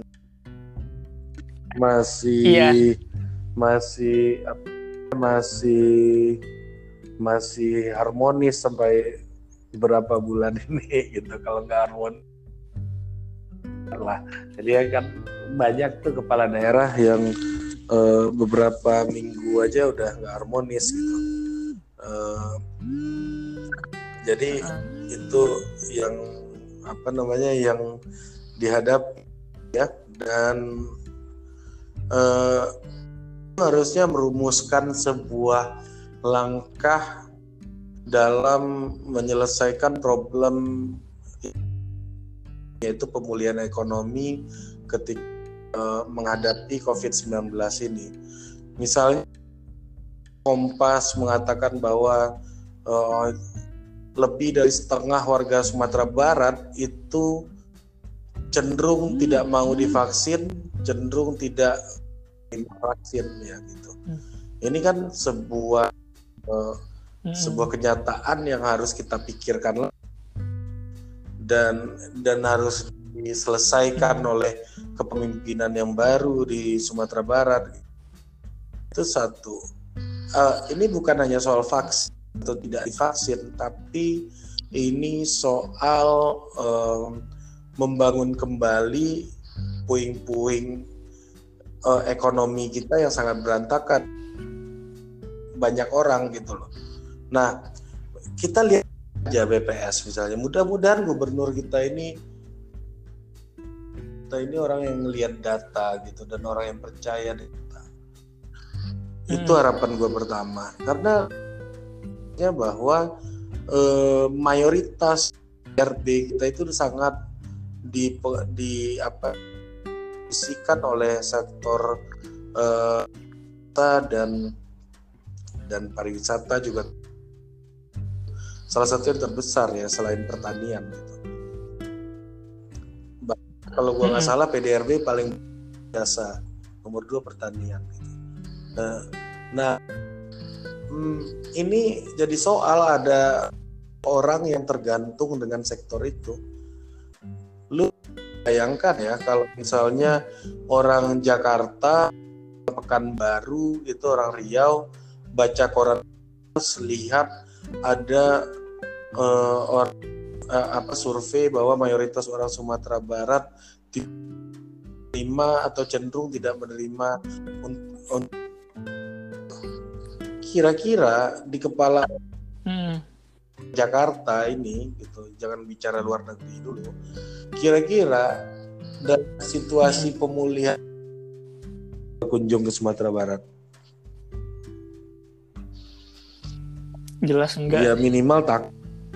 masih iya. masih masih masih harmonis sampai beberapa bulan ini gitu. Kalau nggak harmonis lah, jadi kan banyak tuh kepala daerah yang uh, beberapa minggu aja udah nggak harmonis gitu. Uh, jadi itu yang apa namanya yang dihadapi ya, dan Uh, harusnya merumuskan sebuah langkah dalam menyelesaikan problem, yaitu pemulihan ekonomi ketika uh, menghadapi covid sembilan belas ini. Misalnya Kompas mengatakan bahwa uh, lebih dari setengah warga Sumatera Barat itu cenderung hmm. tidak mau divaksin, cenderung tidak divaksin ya gitu. Hmm. Ini kan sebuah uh, hmm. sebuah kenyataan yang harus kita pikirkan dan dan harus diselesaikan hmm. oleh kepemimpinan yang baru di Sumatera Barat. Itu satu. Uh, ini bukan hanya soal vaksin atau tidak divaksin, tapi ini soal um, membangun kembali puing-puing uh, ekonomi kita yang sangat berantakan, banyak orang gitu loh. Nah, kita lihat aja B P S misalnya, mudah-mudahan gubernur kita ini kita ini orang yang melihat data gitu dan orang yang percaya data. Hmm. Itu harapan gue pertama, karena bahwa eh, mayoritas R D kita itu sangat di, di apa disikan oleh sektor eh, dan dan pariwisata juga salah satu yang terbesar ya selain pertanian gitu. Kalau gua nggak hmm. salah P D R B paling biasa, nomor dua pertanian gitu. Nah, nah Hmm, ini jadi soal ada orang yang tergantung dengan sektor itu. Lu bayangkan ya kalau misalnya orang Jakarta, Pekanbaru itu orang Riau baca koran lihat ada uh, or, uh, apa survei bahwa mayoritas orang Sumatera Barat menerima atau cenderung tidak menerima untuk un- kira-kira di kepala hmm. Jakarta ini gitu, jangan bicara luar negeri dulu. Kira-kira dari situasi hmm. pemulihan berkunjung ke Sumatera Barat,
jelas enggak?
Ya minimal tak.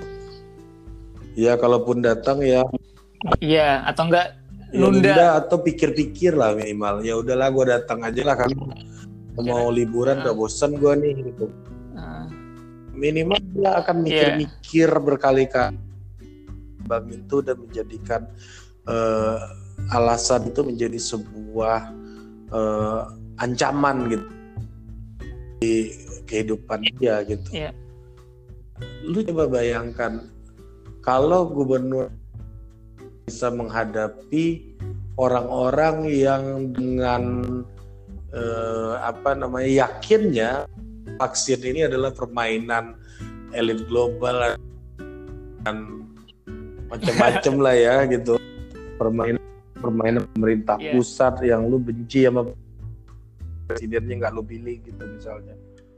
Ya kalaupun datang ya.
Iya atau enggak
ya,
nunda.
nunda atau pikir-pikir lah minimal. Ya udahlah gue datang aja lah kan. Mau liburan udah uh. bosan gue nih gitu. Uh. Minimal dia akan mikir-mikir yeah. berkali-kali bang itu dan menjadikan uh, alasan itu menjadi sebuah uh, ancaman gitu di kehidupan dia gitu. Yeah. Lu coba bayangkan kalau gubernur bisa menghadapi orang-orang yang dengan Eh, apa namanya yakinnya vaksin ini adalah permainan elit global dan macam-macam lah ya gitu, permainan permainan pemerintah yeah. pusat yang lu benci sama presidennya nggak lu pilih gitu misalnya,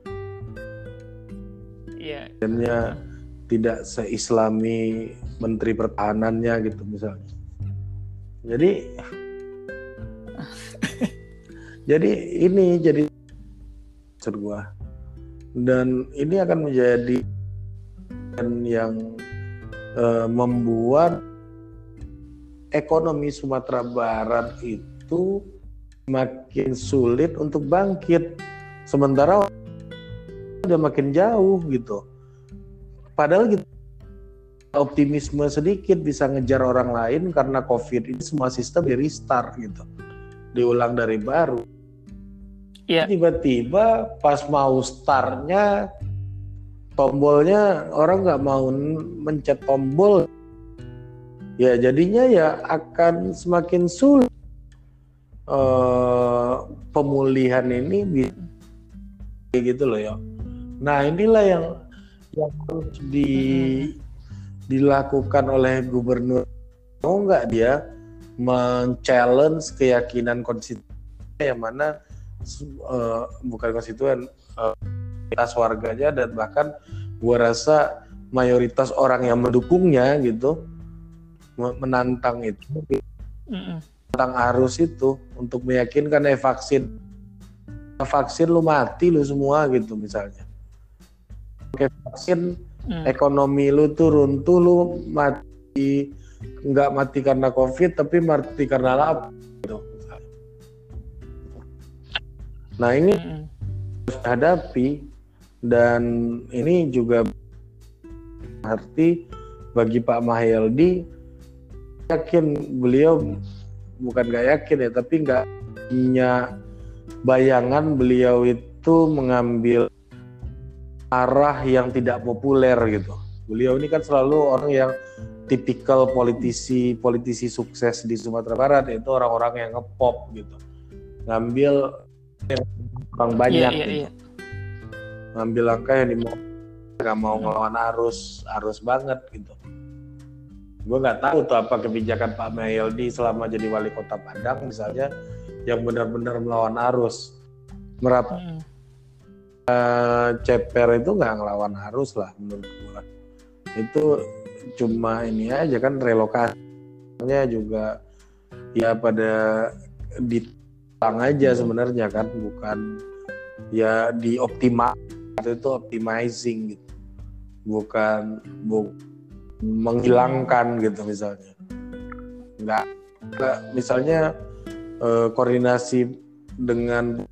yeah.
presidennya tidak se-Islami menteri pertahanannya gitu misalnya, jadi Jadi ini jadi maksud gua, dan ini akan menjadi yang uh, membuat ekonomi Sumatera Barat itu makin sulit untuk bangkit, sementara udah makin jauh gitu. Padahal gitu optimisme sedikit bisa ngejar orang lain karena COVID ini semua sistem di restart gitu, diulang dari baru. Yeah. Tiba-tiba pas mau startnya tombolnya orang nggak mau mencet tombol, ya jadinya ya akan semakin sulit uh, pemulihan ini bisa gitu loh ya. Nah inilah yang yang harus di, dilakukan oleh gubernur. Mau nggak dia men-challenge keyakinan konstituen yang mana Uh, bukan konstituen, uh, mayoritas warganya dan bahkan gua rasa mayoritas orang yang mendukungnya gitu menantang itu, Mm-mm. menantang arus itu untuk meyakinkan eh vaksin, vaksin lu mati lu semua gitu misalnya, oke vaksin mm. ekonomi lu tuh runtuh lu mati, nggak mati karena COVID tapi mati karena lapar gitu. Nah ini
Mm-mm.
harus dihadapi, dan ini juga arti bagi Pak Mahyildi. Yakin beliau, bukan nggak yakin ya, tapi nggak punya bayangan beliau itu mengambil arah yang tidak populer gitu. Beliau ini kan selalu orang yang tipikal politisi politisi sukses di Sumatera Barat, yaitu orang-orang yang ngepop gitu, ngambil yang orang banyak
Iya, iya,
gitu,
iya.
ngambil langkah yang dimau, nggak mau ngelawan arus arus banget gitu. Gue nggak tahu tuh apa kebijakan Pak Mahyildi selama jadi wali kota Padang misalnya yang benar-benar melawan arus. Merapi
Mm-mm.
Ceper itu nggak ngelawan arus lah menurut gue. Itu cuma ini aja kan, relokasinya juga ya pada ditang aja sebenarnya kan, bukan ya dioptimal, itu optimizing gitu, bukan bu, menghilangkan gitu misalnya. Nggak, nggak misalnya eh, koordinasi dengan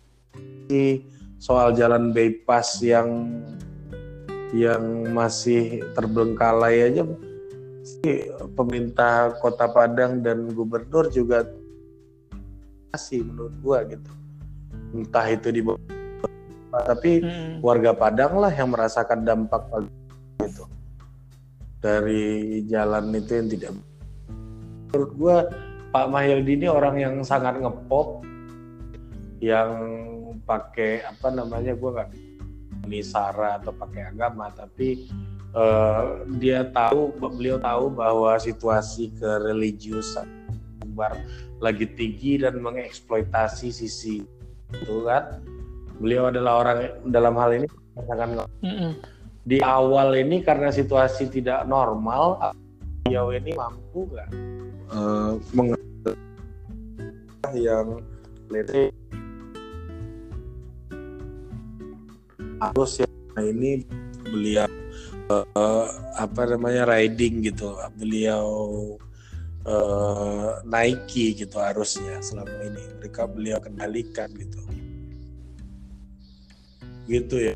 soal jalan bypass yang yang masih terbengkalai aja sih, pemerintah Kota Padang dan gubernur juga masih menurut gua gitu. Entah itu di bawah, tapi
Mm-mm.
warga Padang lah yang merasakan dampak itu dari jalan itu yang tidak. Menurut gua Pak Mahyildi ini orang yang sangat ngepop, yang pakai apa namanya, gue nggak ini sara atau pakai agama, tapi uh, dia tahu, beliau tahu bahwa situasi kereligius Sumbar lagi tinggi dan mengeksploitasi sisi itu kan. Beliau adalah orang dalam hal ini sangat
Mm-mm.
di awal ini karena situasi tidak normal, beliau ini mampu nggak uh, mengerti yang letih harus ya. Nah ini beliau uh, apa namanya riding gitu, beliau uh, naiki gitu harusnya selama ini mereka beliau kendalikan gitu gitu ya.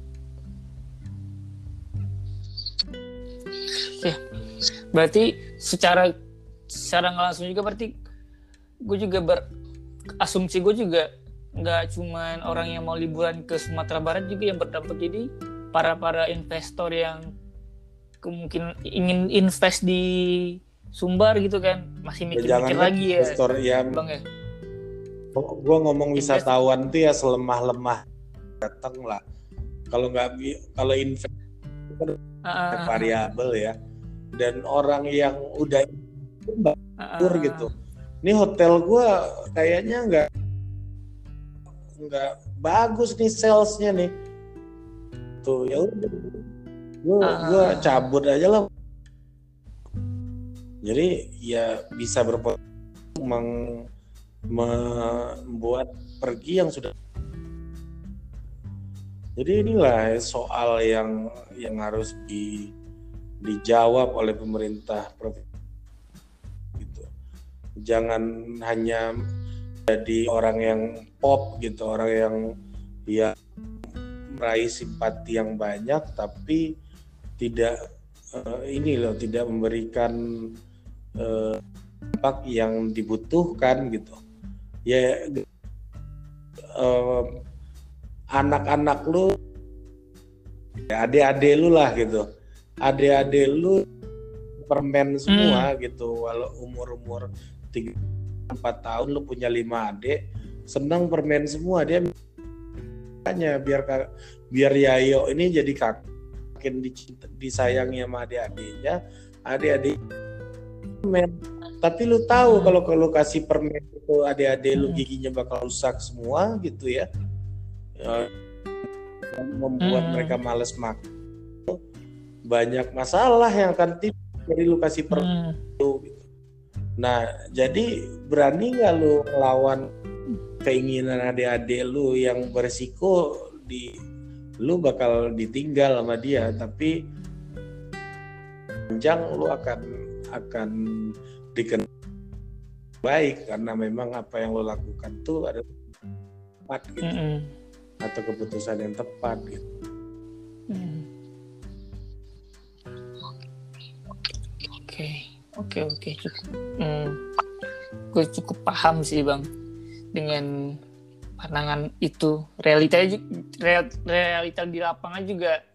Ya, berarti secara secara nggak langsung juga berarti gue juga berasumsi, gue juga nggak cuman orang yang mau liburan ke Sumatera Barat juga yang berdampak, jadi para para investor yang kemungkinan ingin invest di Sumbar gitu kan masih mikir-mikir
Ya,
lagi ya,
investor ya,
bang ya.
Gue ngomong wisatawan tuh ya selemah-lemah datang lah. Kalau nggak, kalau invest
uh,
variabel ya, dan orang yang udah batur
uh,
gitu. Ini hotel gue kayaknya nggak nggak bagus nih salesnya nih. Tuh ya udah, gue gue cabut aja lah. Jadi ya bisa berpotensi meng, membuat pergi yang sudah. Jadi inilah soal yang yang harus di, dijawab oleh pemerintah provinsi gitu. Jangan hanya jadi orang yang pop gitu, orang yang ya meraih simpati yang banyak tapi tidak uh, ini loh, tidak memberikan uh, dampak yang dibutuhkan gitu. Ya uh, anak-anak lu, ya adik-adik lu lah gitu, adik-adik lu permen semua hmm. gitu, walau umur-umur tiga empat tahun lu punya lima adik, senang permen semua, dia makanya biar biar Yayo ini jadi kakak makin disayangi sama adik-adiknya, adik-adik permen. Tapi lu tahu hmm. kalau kalau kasih permen itu adik-adik lu giginya bakal rusak semua gitu ya. Ya, membuat hmm. mereka malas makan, banyak masalah yang akan timbul dari lu kasih permen hmm. gitu. Nah jadi berani nggak lu ngelawan keinginan adik-adik lu yang beresiko di lu bakal ditinggal sama dia, tapi panjang lu akan akan dikenal baik karena memang apa yang lu lakukan tuh adalah tepat gitu,
mm-hmm.
atau keputusan yang tepat gitu.
Mm. Oke, oke, oke, cukup. Hmm. Gue cukup paham sih bang dengan pandangan itu. Realita real, realita di lapangan juga,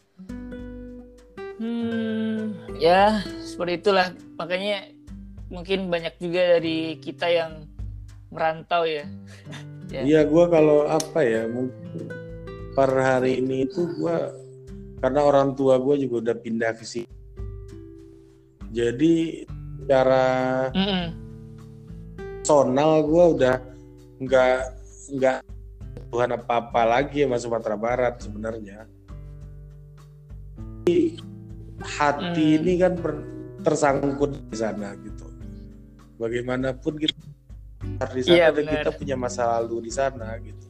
hmm, ya seperti itulah. Makanya mungkin banyak juga dari kita yang merantau ya.
Ya. Iya, gue kalau apa ya, mungkin per hari ini itu gue karena orang tua gue juga udah pindah ke sini, jadi secara
Mm-mm.
personal gue udah nggak nggak Tuhan apa-apa lagi sama Sumatera Barat sebenarnya. Jadi, hati mm. ini kan per, tersangkut di sana gitu. Bagaimanapun kita di sana,
yeah,
dan kita punya masa lalu di sana gitu.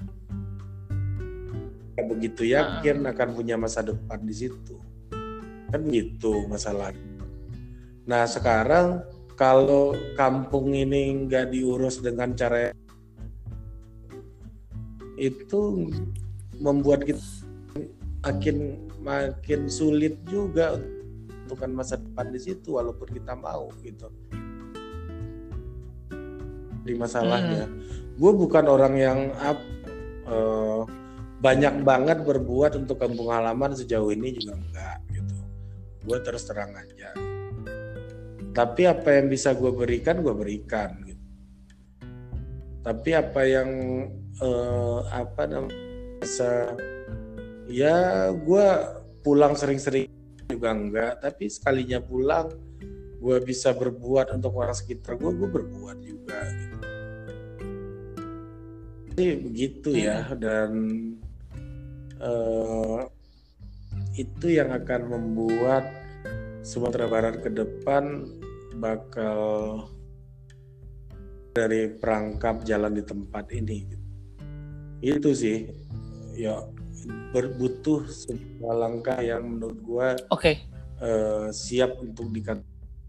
Kita begitu yakin uh. akan punya masa depan di situ. Kan gitu masalahnya. Nah sekarang kalau kampung ini nggak diurus dengan cara itu, membuat kita makin makin sulit juga untuk masa depan di situ walaupun kita mau gitu. Di masalahnya, hmm. gue bukan orang yang up, uh, banyak banget berbuat untuk kampung halaman sejauh ini juga enggak gitu. Gue terus terang aja. Tapi apa yang bisa gue berikan, gue berikan gitu. Tapi apa yang uh, apa namanya bisa, ya gue pulang sering-sering juga enggak. Tapi sekalinya pulang, gue bisa berbuat untuk orang sekitar gue, gue berbuat juga gitu. Jadi begitu ya, dan uh, itu yang akan membuat Sumatera Barat ke depan bakal dari perangkap jalan di tempat ini gitu. Itu sih ya, berbutuh sebuah langkah yang menurut gue
okay.
uh, siap untuk dikatakan.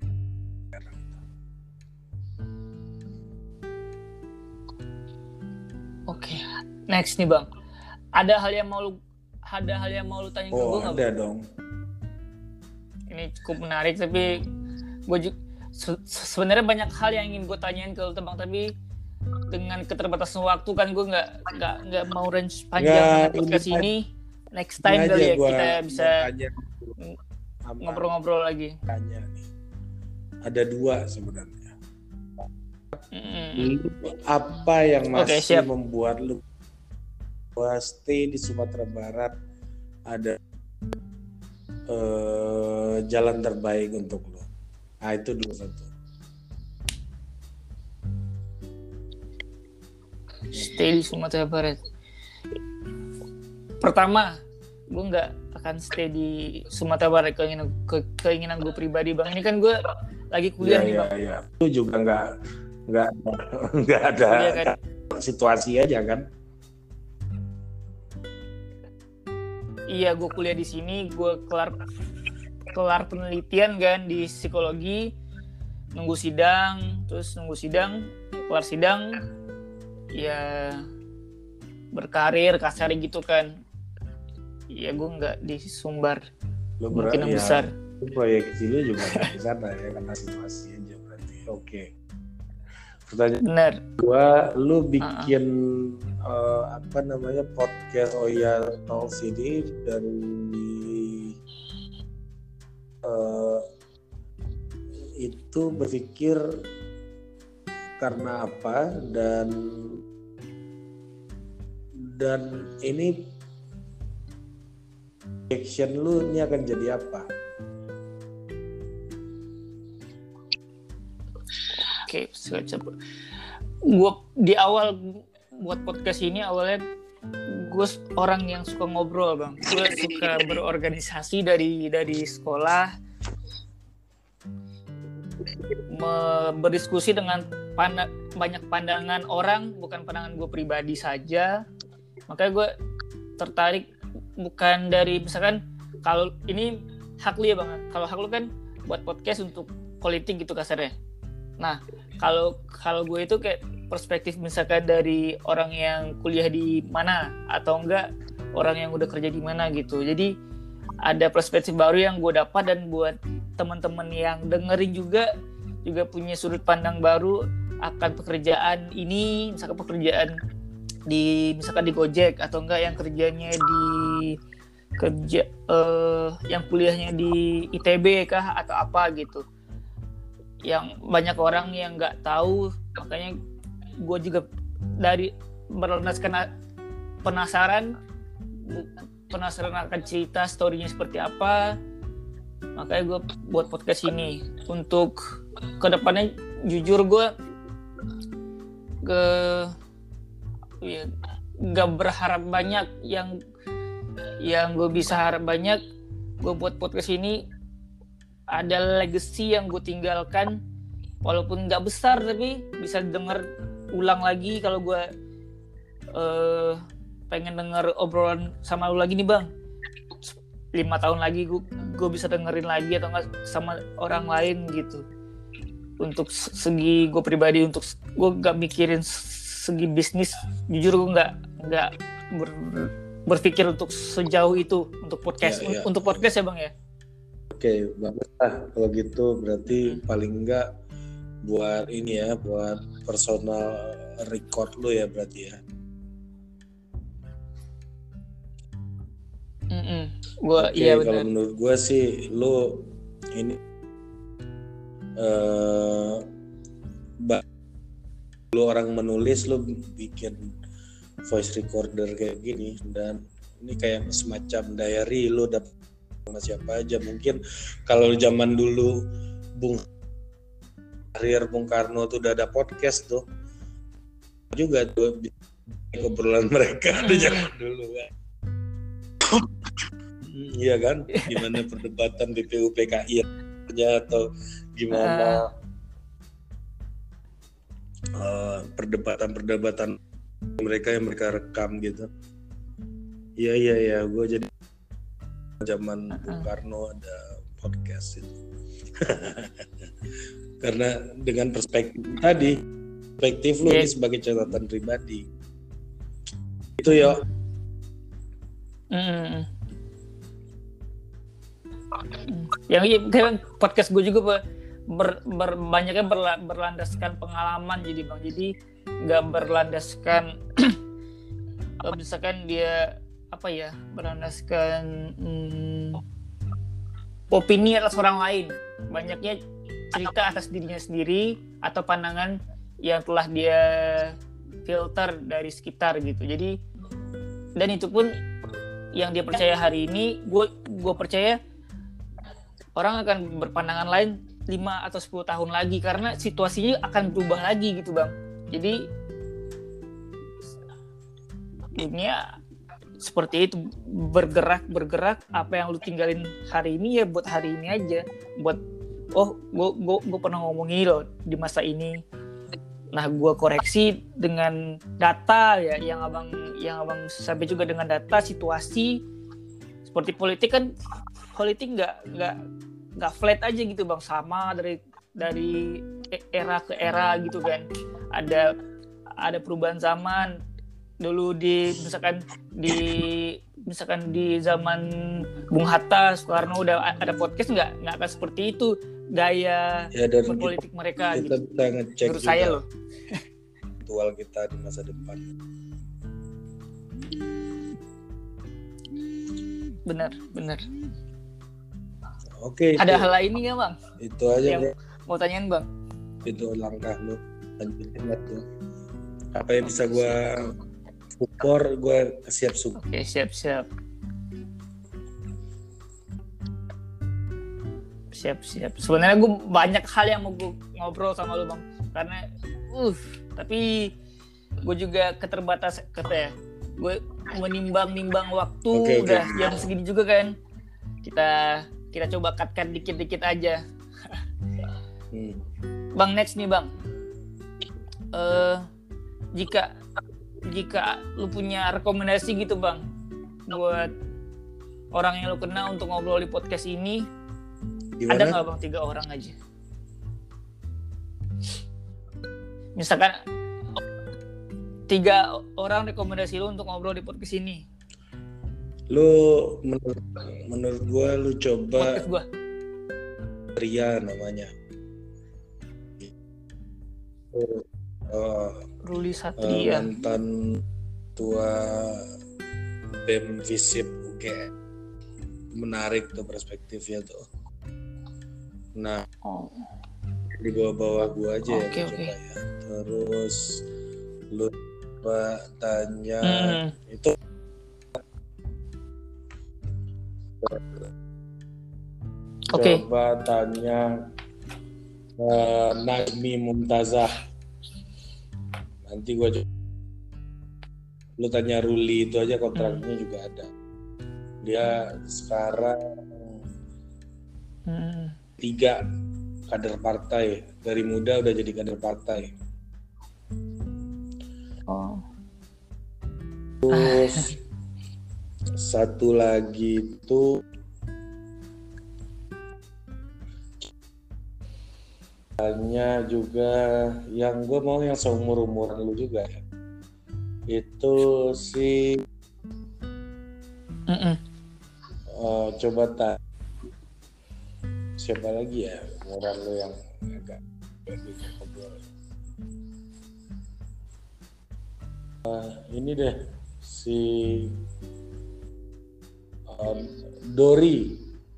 Oke, okay. Next nih bang, ada hal yang mau lu, ada hal yang mau lu tanya ke
oh,
gue nggak?
Ada dong.
Ini cukup menarik, tapi gue juga se- sebenarnya banyak hal yang ingin gue tanyain ke lu bang, tapi dengan keterbatasan waktu kan gue nggak nggak nggak mau range panjang podcast ini. Next time kali ya kita bisa ngobrol-ngobrol lagi.
Tanya nih, ada dua sebenarnya. Mm. Apa yang masih okay, membuat lu stay di Sumatera Barat ada uh, jalan terbaik untuk lu? Ah itu dulu satu.
Stay di Sumatera Barat. Pertama, gue nggak akan stay di Sumatera Barat, keinginan ke, keinginan gue pribadi bang. Ini kan gue lagi kuliah
ya,
nih
ya,
bang.
Ya. Itu juga nggak nggak nggak ada ya, kan? Situasi aja kan.
Iya, gue kuliah di sini, gue kelar kelar penelitian kan di psikologi, nunggu sidang, terus nunggu sidang, kelar sidang, ya berkarir kasar gitu kan. Ya gue nggak di Sumbar, mungkin yang ya, besar.
Proyek sini juga di sana ya, karena situasi aja berarti. Oke. Okay. Pertanyaan
benar.
Gua, lu bikin uh-uh. uh, apa namanya podcast Oya Talks ini dari uh, itu berpikir karena apa, dan dan ini action lu ini akan jadi apa?
Oke, okay, gue di awal buat podcast ini awalnya gue orang yang suka ngobrol bang, gue suka berorganisasi dari dari sekolah, me- berdiskusi dengan pand- banyak pandangan orang, bukan pandangan gue pribadi saja. Makanya gue tertarik bukan dari misalkan kalau ini hak lu ya bang, kalau hak lu kan buat podcast untuk politik gitu kasarnya. Nah, kalau kalau gue itu kayak perspektif misalkan dari orang yang kuliah di mana atau enggak orang yang udah kerja di mana gitu. Jadi ada perspektif baru yang gue dapat, dan buat teman-teman yang dengerin juga juga punya sudut pandang baru akan pekerjaan ini, misalkan pekerjaan di misalkan di Gojek atau enggak yang kerjanya di kerja eh, yang kuliahnya di I T B kah atau apa gitu. Yang banyak orang yang nggak tahu, makanya gue juga dari berlandaskan penasaran penasaran akan cerita story-nya seperti apa, makanya gue buat podcast ini. Untuk kedepannya jujur gue ke ya, gak berharap banyak. Yang yang gue bisa harap banyak, gue buat podcast ini ada legacy yang gue tinggalkan, walaupun gak besar tapi bisa denger ulang lagi. Kalau gue uh, pengen denger obrolan sama lu lagi nih bang, lima tahun lagi gue gue bisa dengerin lagi atau nggak sama orang lain gitu. Untuk segi gue pribadi, untuk gue nggak mikirin segi bisnis, jujur gue nggak nggak ber, berpikir untuk sejauh itu untuk podcast ya, ya. Untuk podcast ya bang ya.
Oke bagus lah kalau gitu, berarti hmm. paling nggak buat ini ya, buat personal record lo ya berarti ya.
Gua
Oke,
iya
kalau menurut gue sih lo ini uh, lo orang menulis, lo bikin voice recorder kayak gini, dan ini kayak semacam diary lo dapat sama siapa aja. Mungkin kalau zaman dulu Bung Karir Bung Karno tuh udah ada podcast tuh juga tuh obrolan mereka ada zaman dulu kan. Iya kan, gimana perdebatan B P U P K I atau gimana uh, perdebatan-perdebatan mereka yang mereka rekam gitu. Iya iya iya, gue jadi zaman Bung Karno ada podcast itu. Karena dengan perspektif tadi, perspektif lu yeah. ini sebagai catatan pribadi. Itu ya.
Mm. Yang kayak podcast gue juga ber, ber, ber, banyaknya berla, berlandaskan pengalaman jadi bang, jadi nggak berlandaskan kalau misalkan dia apa ya berlandaskan hmm, opini atas orang lain. Banyaknya cerita atas dirinya sendiri atau pandangan yang telah dia filter dari sekitar gitu. Jadi dan itu pun yang dia percaya hari ini, gue gue percaya orang akan berpandangan lain lima atau sepuluh tahun lagi, karena situasinya akan berubah lagi gitu bang. Jadi dunia seperti itu, bergerak bergerak apa yang lu tinggalin hari ini ya buat hari ini aja, buat oh gue gue gue pernah ngomongin loh di masa ini, nah gue koreksi dengan data ya, yang abang yang abang sampai juga dengan data situasi. Seperti politik kan, politik nggak nggak nggak flat aja gitu bang, sama dari dari era ke era gitu kan. Ada ada perubahan zaman. Dulu di misalkan di misalkan di zaman Bung Hatta, Soekarno udah ada podcast, nggak nggak akan seperti itu gaya ya, berpolitik kita, mereka
kita
gitu.
Bisa ngecek
menurut saya loh
aktual kita di masa depan.
Benar, benar.
Oke.
Ada
itu.
hal lain nggak bang?
Itu aja
yang
bro.
Mau tanyain bang.
Itu langkah lu lanjutin tuh. Apa yang bisa gue support, gue siap support.
Oke, siap siap. Siap siap. Sebenarnya gue banyak hal yang mau gue ngobrol sama lu bang, karena uh tapi gue juga keterbatas kata ya. Gue menimbang-nimbang waktu, okay, udah okay. jam segini juga kan. Kita kita coba cut-cut dikit-dikit aja. hmm. Bang, next nih bang. Uh, jika jika lu punya rekomendasi gitu bang buat orang yang lu kenal untuk ngobrol di podcast ini, gimana? Ada nggak bang tiga orang aja? Misalkan tiga orang rekomendasi lu untuk ngobrol di podcast ini.
Lu menurut menurut gua lu coba
Podcast gua.
Ria namanya. Uh,
Ruli
uh,
Satria.
mantan tua B E M Visip U G M. Menarik tuh perspektifnya tuh. Nah,
Oh.
di bawah-bawah gua aja
Oke,
ya
oke.
coba ya. Terus lu coba tanya
Hmm.
itu
Oke.
coba tanya uh, Najmi Mumtazah. Nanti gua coba lu tanya Ruli itu aja kontraknya juga ada. Dia sekarang
Hmm.
tiga kader partai, dari muda udah jadi kader partai.
Oh.
Terus satu lagi itu hanya juga yang gue mau yang seumur umuran lu juga ya. Itu si
Mm-mm.
uh, coba tak siapa lagi ya umuran lu yang agak bisa ngobrol. Uh, ini deh si um, Dori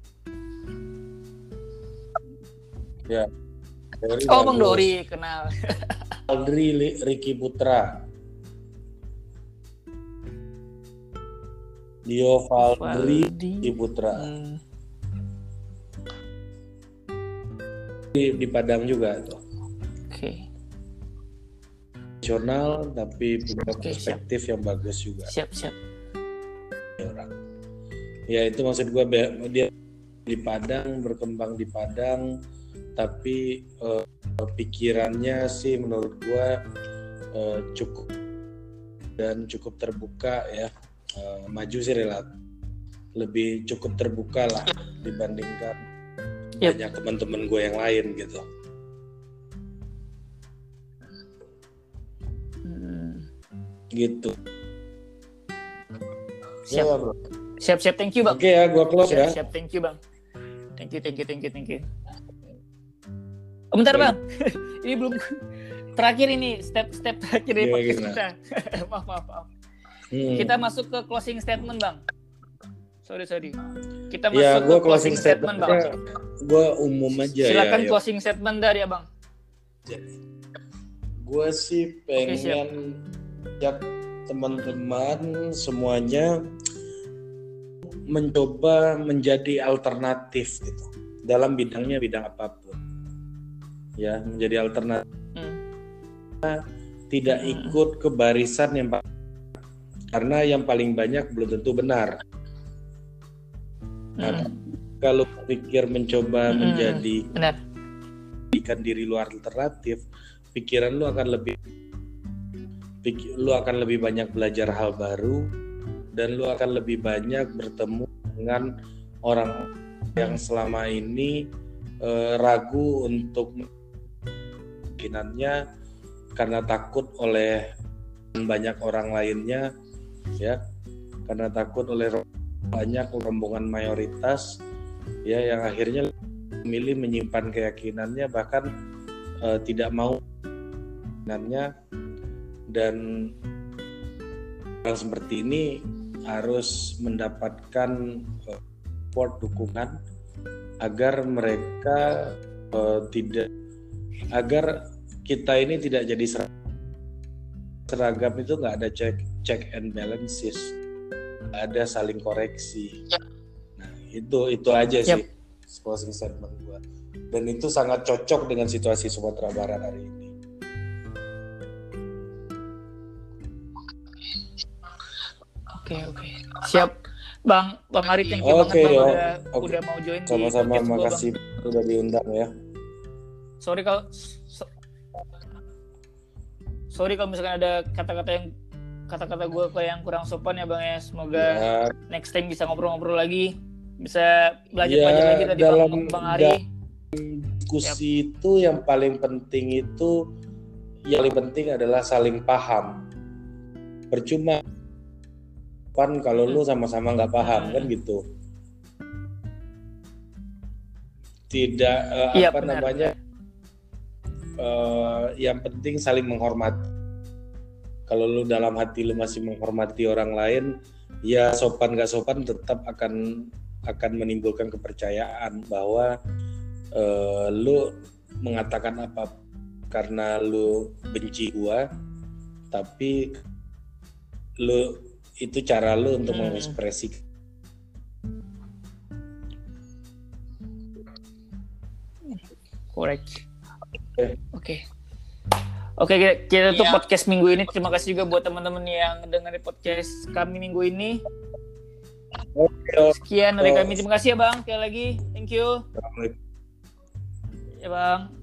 ya Dori
Oh, Bang
bagus.
Dori kenal.
Aldri Li- Ricky Putra, Dio Valdri
Valdi.
Ricky Putra
Hmm.
di, di Padang juga tuh.
Oke.
Nasional tapi punya
Oke,
perspektif yang bagus juga
Siap, siap.
orang. Ya itu maksud gue dia di Padang, berkembang di Padang, tapi eh, pikirannya sih menurut gue eh, cukup dan cukup terbuka ya. Eh, maju sih relatif lebih cukup terbuka lah dibandingkan
Yep.
banyak teman-teman gue yang lain gitu.
Hmm.
Gitu.
Siap.
Ya, bro.
Siap, siap. Thank you, Bang.
Oke ya, gue close
Siap,
ya.
siap. Thank you, Bang. Thank you, thank you, thank you, thank you. Oh, bentar, Bang. Ini belum terakhir ini step-step terakhir dari
Gimana,
podcast
gimana?
kita. maaf, maaf, maaf.
Hmm.
Kita masuk ke closing statement, Bang. Sorry, sorry. Kita masuk
Ya, gue
ke
closing
closing statement, Bang.
statementnya gue umum aja
Silakan
ya.
closing statement dari Abang.
Gue sih pengen ajak teman-teman semuanya mencoba menjadi alternatif gitu dalam bidangnya bidang apapun. Ya, menjadi alternatif,
Hmm.
tidak
Hmm.
ikut ke barisan yang pa- karena yang paling banyak belum tentu benar. Nah,
Hmm.
kalau pikir mencoba
Hmm.
menjadi
Benar.
menjadikan diri lu alternatif, pikiran lu akan lebih pik- lu akan lebih banyak belajar hal baru dan lu akan lebih banyak bertemu dengan orang yang selama ini eh, ragu untuk kemungkinannya karena takut oleh banyak orang lainnya ya, karena takut oleh banyak rombongan mayoritas ya yang akhirnya memilih menyimpan keyakinannya bahkan uh, tidak mau keyakinannya, dan orang seperti ini harus mendapatkan uh, support dukungan agar mereka uh, tidak agar kita ini tidak jadi seragam, seragam itu nggak ada check check and balances, nggak ada saling koreksi. Nah itu itu aja
Yep.
sih closing statement gua, dan itu sangat cocok dengan situasi Sumatera Barat hari ini.
Oke, oke. Siap. Bang, Bang Ari, thank you
Oke,
banget Bang
dong.
udah,
Oke.
udah mau join
Sama-sama,
di podcast gua, Bang.
makasih udah diundang ya.
Sorry kalau so- sorry kalau misalkan ada kata-kata yang kata-kata gue kayak yang kurang sopan ya Bang ya. Semoga
Ya,
next time bisa ngobrol-ngobrol lagi, bisa belajar
Ya,
belajar lagi tadi
dalam-
Bang, Bang Ari.
diskusi itu yang paling penting itu yang paling penting adalah saling paham percuma pan kalau lu sama-sama nggak paham kan gitu. Tidak uh,
Iya,
apa
benar,
namanya
benar.
uh, yang penting saling menghormati. Kalau lu dalam hati lu masih menghormati orang lain, ya sopan gak sopan tetap akan akan menimbulkan kepercayaan bahwa uh, lu mengatakan apa karena lu benci gua, tapi lu itu cara lu untuk
Hmm.
mengekspresi.
Correct.
Oke.
Oke. Oke, kita, kita tutup
Iya.
podcast minggu ini. Terima kasih juga buat teman-teman yang dengerin podcast kami minggu ini. Sekian dari kami. Terima kasih ya Bang. Sekali lagi. Thank you.
Assalamualaikum.
Ya Bang.